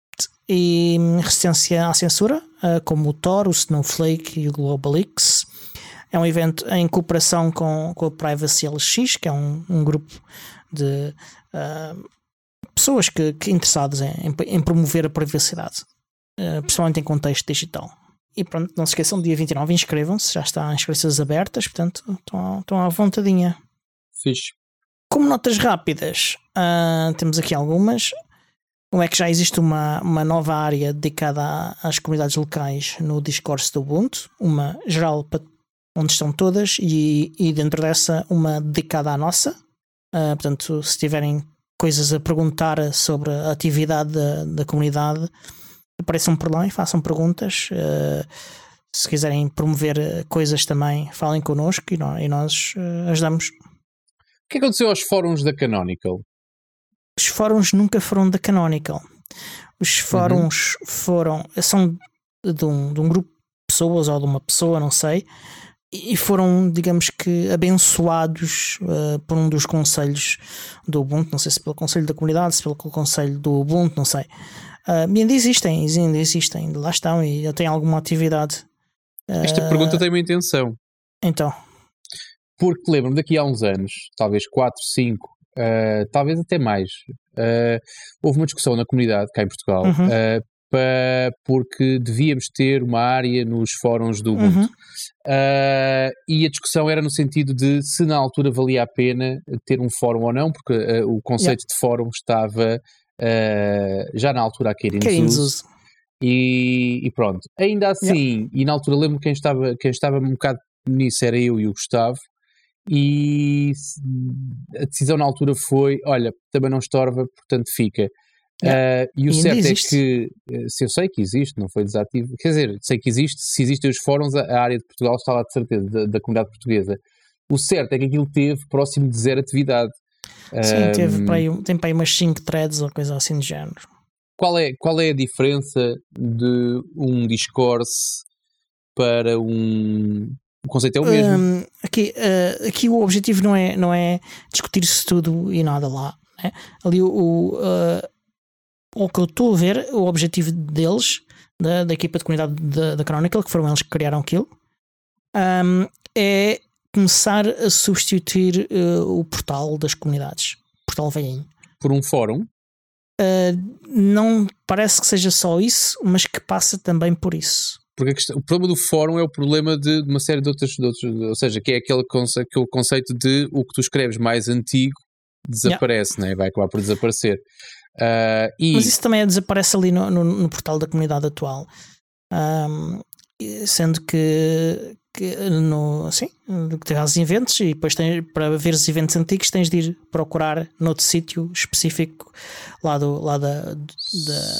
e resistência à censura, como o Tor, o Snowflake e o GlobalX. É um evento em cooperação com, com a Privacy L X, que é um, um grupo de uh, pessoas que, que interessadas em, em promover a privacidade, uh, principalmente em contexto digital. E pronto, não se esqueçam, dia vinte e nove inscrevam-se, já está inscrições abertas, portanto estão, estão à vontadinha. Fixe. Como notas rápidas, uh, temos aqui algumas. Como é que já existe uma, uma nova área dedicada às comunidades locais no Discord do Ubuntu, uma geral para onde estão todas, e, e dentro dessa uma dedicada à nossa. Uh, portanto, se tiverem coisas a perguntar sobre a atividade da, da comunidade, apareçam por lá e façam perguntas. Uh, se quiserem promover coisas também, falem connosco e nós, e nós uh, ajudamos. O que aconteceu aos fóruns da Canonical? Os fóruns nunca foram da Canonical. Os fóruns uhum. foram, são de um, de um grupo de pessoas ou de uma pessoa, não sei, e foram, digamos que, abençoados uh, por um dos conselhos do Ubuntu, não sei se pelo conselho da comunidade, se pelo conselho do Ubuntu, não sei. Uh, e ainda existem, ainda existem, ainda lá estão e já têm alguma atividade. Uh, Esta pergunta tem uma intenção. Então. Porque lembro-me daqui a uns anos, talvez quatro, cinco, Uh, talvez até mais, uh, houve uma discussão na comunidade cá em Portugal uhum. uh, pa, porque devíamos ter uma área nos fóruns do Ubuntu uhum. uh, e a discussão era no sentido de se na altura valia a pena ter um fórum ou não, porque uh, o conceito yeah. de fórum estava uh, já na altura a cair em desuso e, e pronto, ainda assim yeah. e na altura lembro quem estava, quem estava um bocado nisso era eu e o Gustavo. e a decisão na altura foi, olha, também não estorva, portanto fica. Yeah. Uh, e o e certo é que, se eu sei que existe, não foi desativo, quer dizer, sei que existe, se existem os fóruns, a, a área de Portugal está lá de certeza, da, da comunidade portuguesa. O certo é que aquilo teve próximo de zero atividade. Sim, um, teve para aí, tem para aí umas cinco threads ou coisa assim de género. Qual é, qual é a diferença de um discourse para um... O conceito é o mesmo. Um, aqui, uh, aqui o objetivo não é, não é discutir-se tudo e nada lá. Né? Ali o... o uh, o que eu estou a ver, o objetivo deles, da, da equipa de comunidade da, da Chronicle, que foram eles que criaram aquilo, um, é começar a substituir uh, o portal das comunidades, o portal velhinho. Por um fórum? Uh, não parece que seja só isso, mas que passa também por isso. Porque a questão, o problema do fórum é o problema de, de uma série de outros, de outros, ou seja, que é aquele, conce, aquele conceito de o que tu escreves mais antigo desaparece, yeah. Né? Vai acabar por desaparecer. Uh, e... Mas isso também desaparece ali no, no, no portal da comunidade atual, um, sendo que, que no, assim, que tens eventos e depois tens, para ver os eventos antigos tens de ir procurar noutro sítio específico lá, do, lá da, da,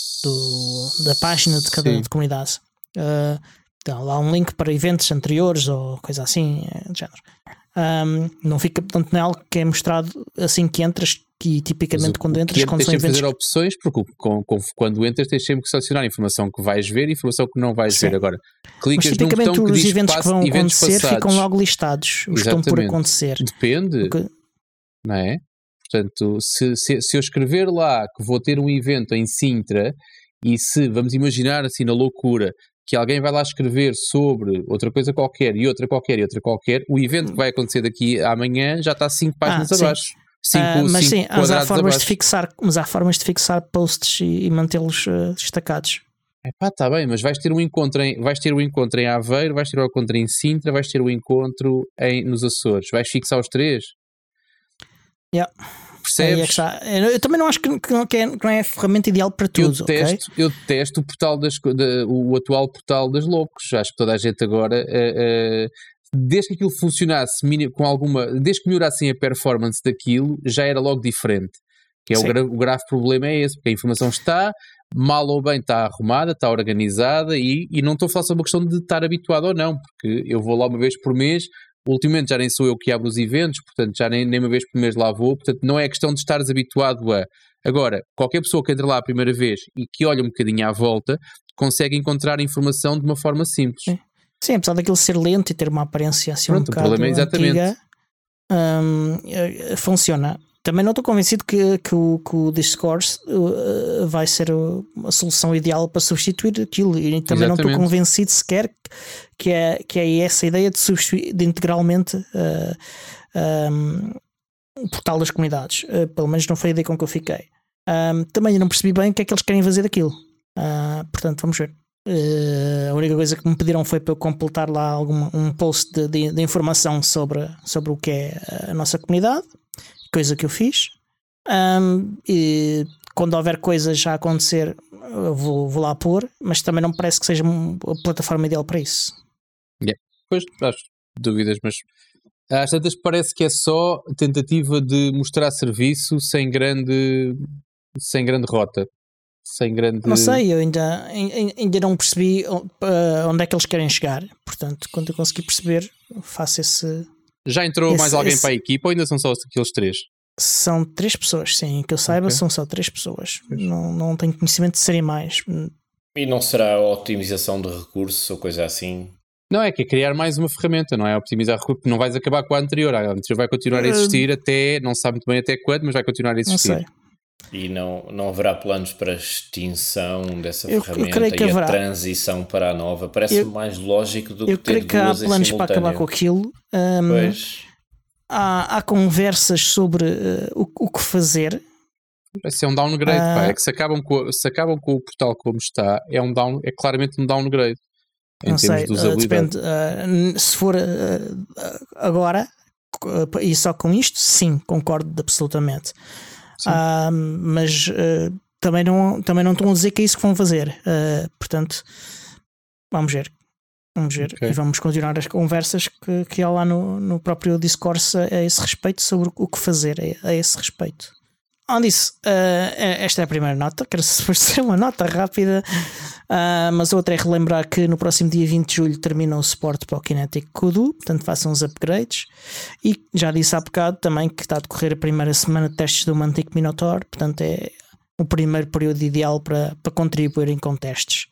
do, da página de cada de comunidade. Uh, então, lá um link para eventos anteriores ou coisa assim, de género. Um, não fica, portanto, não é algo que é mostrado assim que entras, que tipicamente quando entras, quando são eventos... fazer opções, porque com, com, quando entras tens sempre que selecionar informação que vais ver e informação que não vais Sim. ver. Agora, clicas Mas, tipicamente num botão que os diz eventos que vão eventos acontecer passados. Ficam logo listados, os que estão por acontecer. Depende, porque... não é? Portanto, se, se, se eu escrever lá que vou ter um evento em Sintra e se, vamos imaginar assim na loucura, que alguém vai lá escrever sobre outra coisa qualquer e outra qualquer e outra qualquer, o evento que vai acontecer daqui a amanhã já está cinco páginas ah, abaixo. Cinco, uh, mas cinco sim, mas há, formas abaixo. de fixar, mas há formas de fixar posts e, e mantê-los uh, destacados. É pá, está bem, mas vais ter um encontro em, vais ter um encontro em Aveiro, vais ter um encontro em Sintra, vais ter um encontro em, nos Açores. Vais fixar os três? Yeah. Percebes? É que está. Eu também não acho que, que, não, que, é, que não é a ferramenta ideal para tudo. Eu detesto, okay? eu detesto o, portal das, de, o atual portal das loucos. Acho que toda a gente agora, uh, uh, desde que aquilo funcionasse com alguma, desde que melhorassem a performance daquilo, já era logo diferente. Que é o, gra, o grave problema é esse, porque a informação está, mal ou bem está arrumada, está organizada e, e não estou a falar só uma questão de estar habituado ou não, porque eu vou lá uma vez por mês. Ultimamente já nem sou eu que abro os eventos, portanto já nem, nem uma vez por mês lá vou, portanto não é questão de estares habituado a... Agora, qualquer pessoa que entra lá a primeira vez e que olha um bocadinho à volta, consegue encontrar informação de uma forma simples. Sim, Sim apesar daquilo ser lento e ter uma aparência assim Pronto, um bocado o problema é exatamente. antiga, hum, funciona. Também não estou convencido que, que, o, que o Discourse uh, vai ser a solução ideal para substituir aquilo e também Exatamente. Não estou convencido sequer que é, que é essa ideia de substituir de integralmente uh, um, o portal das comunidades. Uh, pelo menos não foi a ideia com que eu fiquei. Um, também não percebi bem o que é que eles querem fazer daquilo. Uh, portanto, vamos ver. Uh, a única coisa que me pediram foi para eu completar lá alguma, um post de, de, de informação sobre, sobre o que é a nossa comunidade. Coisa que eu fiz, um, e quando houver coisas já a acontecer eu vou, vou lá pôr, mas também não me parece que seja a plataforma ideal para isso. Yeah. Pois, acho dúvidas, mas às tantas parece que é só tentativa de mostrar serviço sem grande sem grande rota, sem grande... Não sei, eu ainda, ainda não percebi onde é que eles querem chegar, portanto quando eu conseguir perceber faço esse... Já entrou esse, mais alguém esse... para a equipa ou ainda são só aqueles três? São três pessoas, sim, que eu saiba okay. São só três pessoas. Não, não tenho conhecimento de serem mais. E não será a otimização de recursos ou coisa assim? Não, é que é criar mais uma ferramenta, não é optimizar recursos, não vais acabar com a anterior. A anterior vai continuar a existir uh... até, não se sabe muito bem até quando, mas vai continuar a existir. Não sei. E não, não haverá planos para a extinção dessa eu, ferramenta eu e haverá. A transição para a nova? Parece mais lógico do que ter duas em simultâneo. Eu creio que há planos para acabar com aquilo. Um, pois. Há, há conversas sobre uh, o, o que fazer. Vai ser um downgrade, uh, pá. É que se acabam, com, se acabam com o portal como está, é, um down, é claramente um downgrade. Em não termos sei, de usabilidade. Uh, depende. Uh, se for uh, agora, uh, e só com isto, sim, concordo absolutamente. Uh, mas uh, também, não, também não estão a dizer que é isso que vão fazer. Uh, portanto, vamos ver. Vamos ver. Okay. E vamos continuar as conversas que, que há lá no, no próprio Discourse a, a esse respeito, sobre o que fazer a, a esse respeito. Onde disse, uh, esta é a primeira nota, quero ser uma nota rápida, uh, mas a outra é relembrar que no próximo dia vinte de julho termina o suporte para o Kinetic Kudu, portanto façam os upgrades. E já disse há bocado também que está a decorrer a primeira semana de testes do Mantic Minotaur, portanto é o primeiro período ideal para, para contribuírem com testes.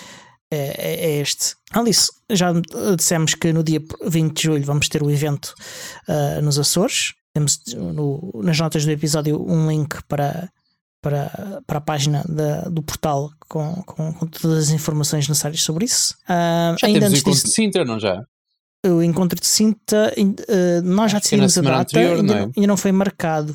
É, é este. Além disso, já dissemos que no dia vinte de julho vamos ter o evento uh, nos Açores. Temos no, nas notas do episódio um link para, para, para a página da, do portal com, com, com todas as informações necessárias sobre isso. Uh, já ainda temos antes o encontro disso, de Sintra, não já? O encontro de Sintra, uh, nós já decidimos a data, anterior, ainda, não é? não, ainda não foi marcado.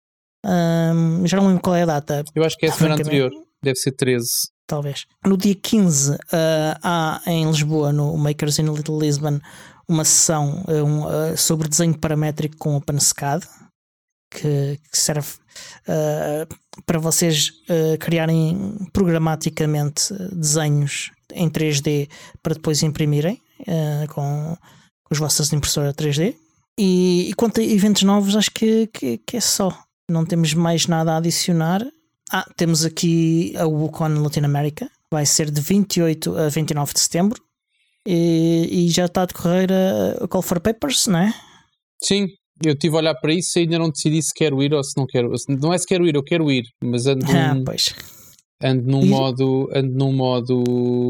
Um, já não lembro qual é a data. Eu acho que é a semana anterior, deve ser treze. Talvez. No dia quinze uh, há em Lisboa, no Makers in Little Lisbon, uma sessão uh, um, uh, sobre desenho paramétrico com OpenSCAD, que, que serve uh, para vocês uh, criarem programaticamente desenhos em três D para depois imprimirem uh, com, com as vossas impressoras três D. E, e quanto a eventos novos, acho que, que, que é só. Não temos mais nada a adicionar. Ah, temos aqui a WooCon Latin America, vai ser de vinte e oito a vinte e nove de setembro e, e já está a decorrer a, a Call for Papers, não é? Sim, eu estive a olhar para isso e ainda não decidi se quero ir ou se não quero. Não é se quero ir, eu quero ir, mas ando, Ah, num, pois. ando num E- modo, ando num modo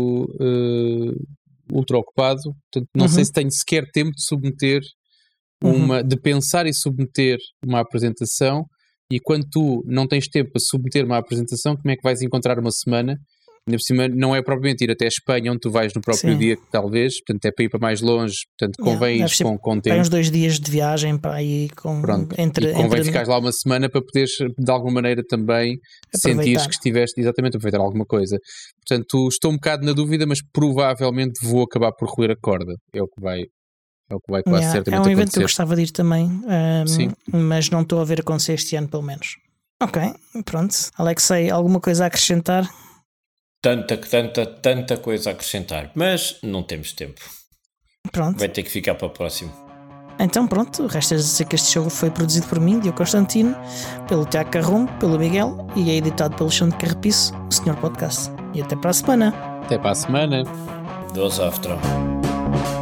uh, ultra ocupado, portanto não Uhum. sei se tenho sequer tempo de submeter uma, de pensar e submeter uma apresentação. E quando tu não tens tempo para submeter uma apresentação, como é que vais encontrar uma semana? Ainda por cima, não é propriamente ir até a Espanha, onde tu vais no próprio Sim. dia, talvez, portanto é para ir para mais longe, portanto Yeah, convém deve ir ser com, com Tem tempo. uns dois dias de viagem para aí com, Pronto. entre, E convém entre ficares lá uma semana para poderes, de alguma maneira, também Aproveitar. sentires que estiveste, exatamente, aproveitar alguma coisa. Portanto, estou um bocado na dúvida, mas provavelmente vou acabar por roer a corda. É o que vai, é o que vai quase Yeah, certamente é um evento que eu acontecer. gostava de ir também, um, Sim. mas não estou a ver acontecer este ano, pelo menos. Ok, pronto. Alexei, alguma coisa a acrescentar? Tanta, tanta, tanta coisa a acrescentar, mas não temos tempo. Pronto. Vai ter que ficar para o próximo. Então pronto, resta dizer que este show foi produzido por mim, Diogo Constantino, pelo Tiago Carrum, pelo Miguel e é editado pelo Alexandre Carrapiço, o senhor Podcast. E até para a semana. Até para a semana. Dois after.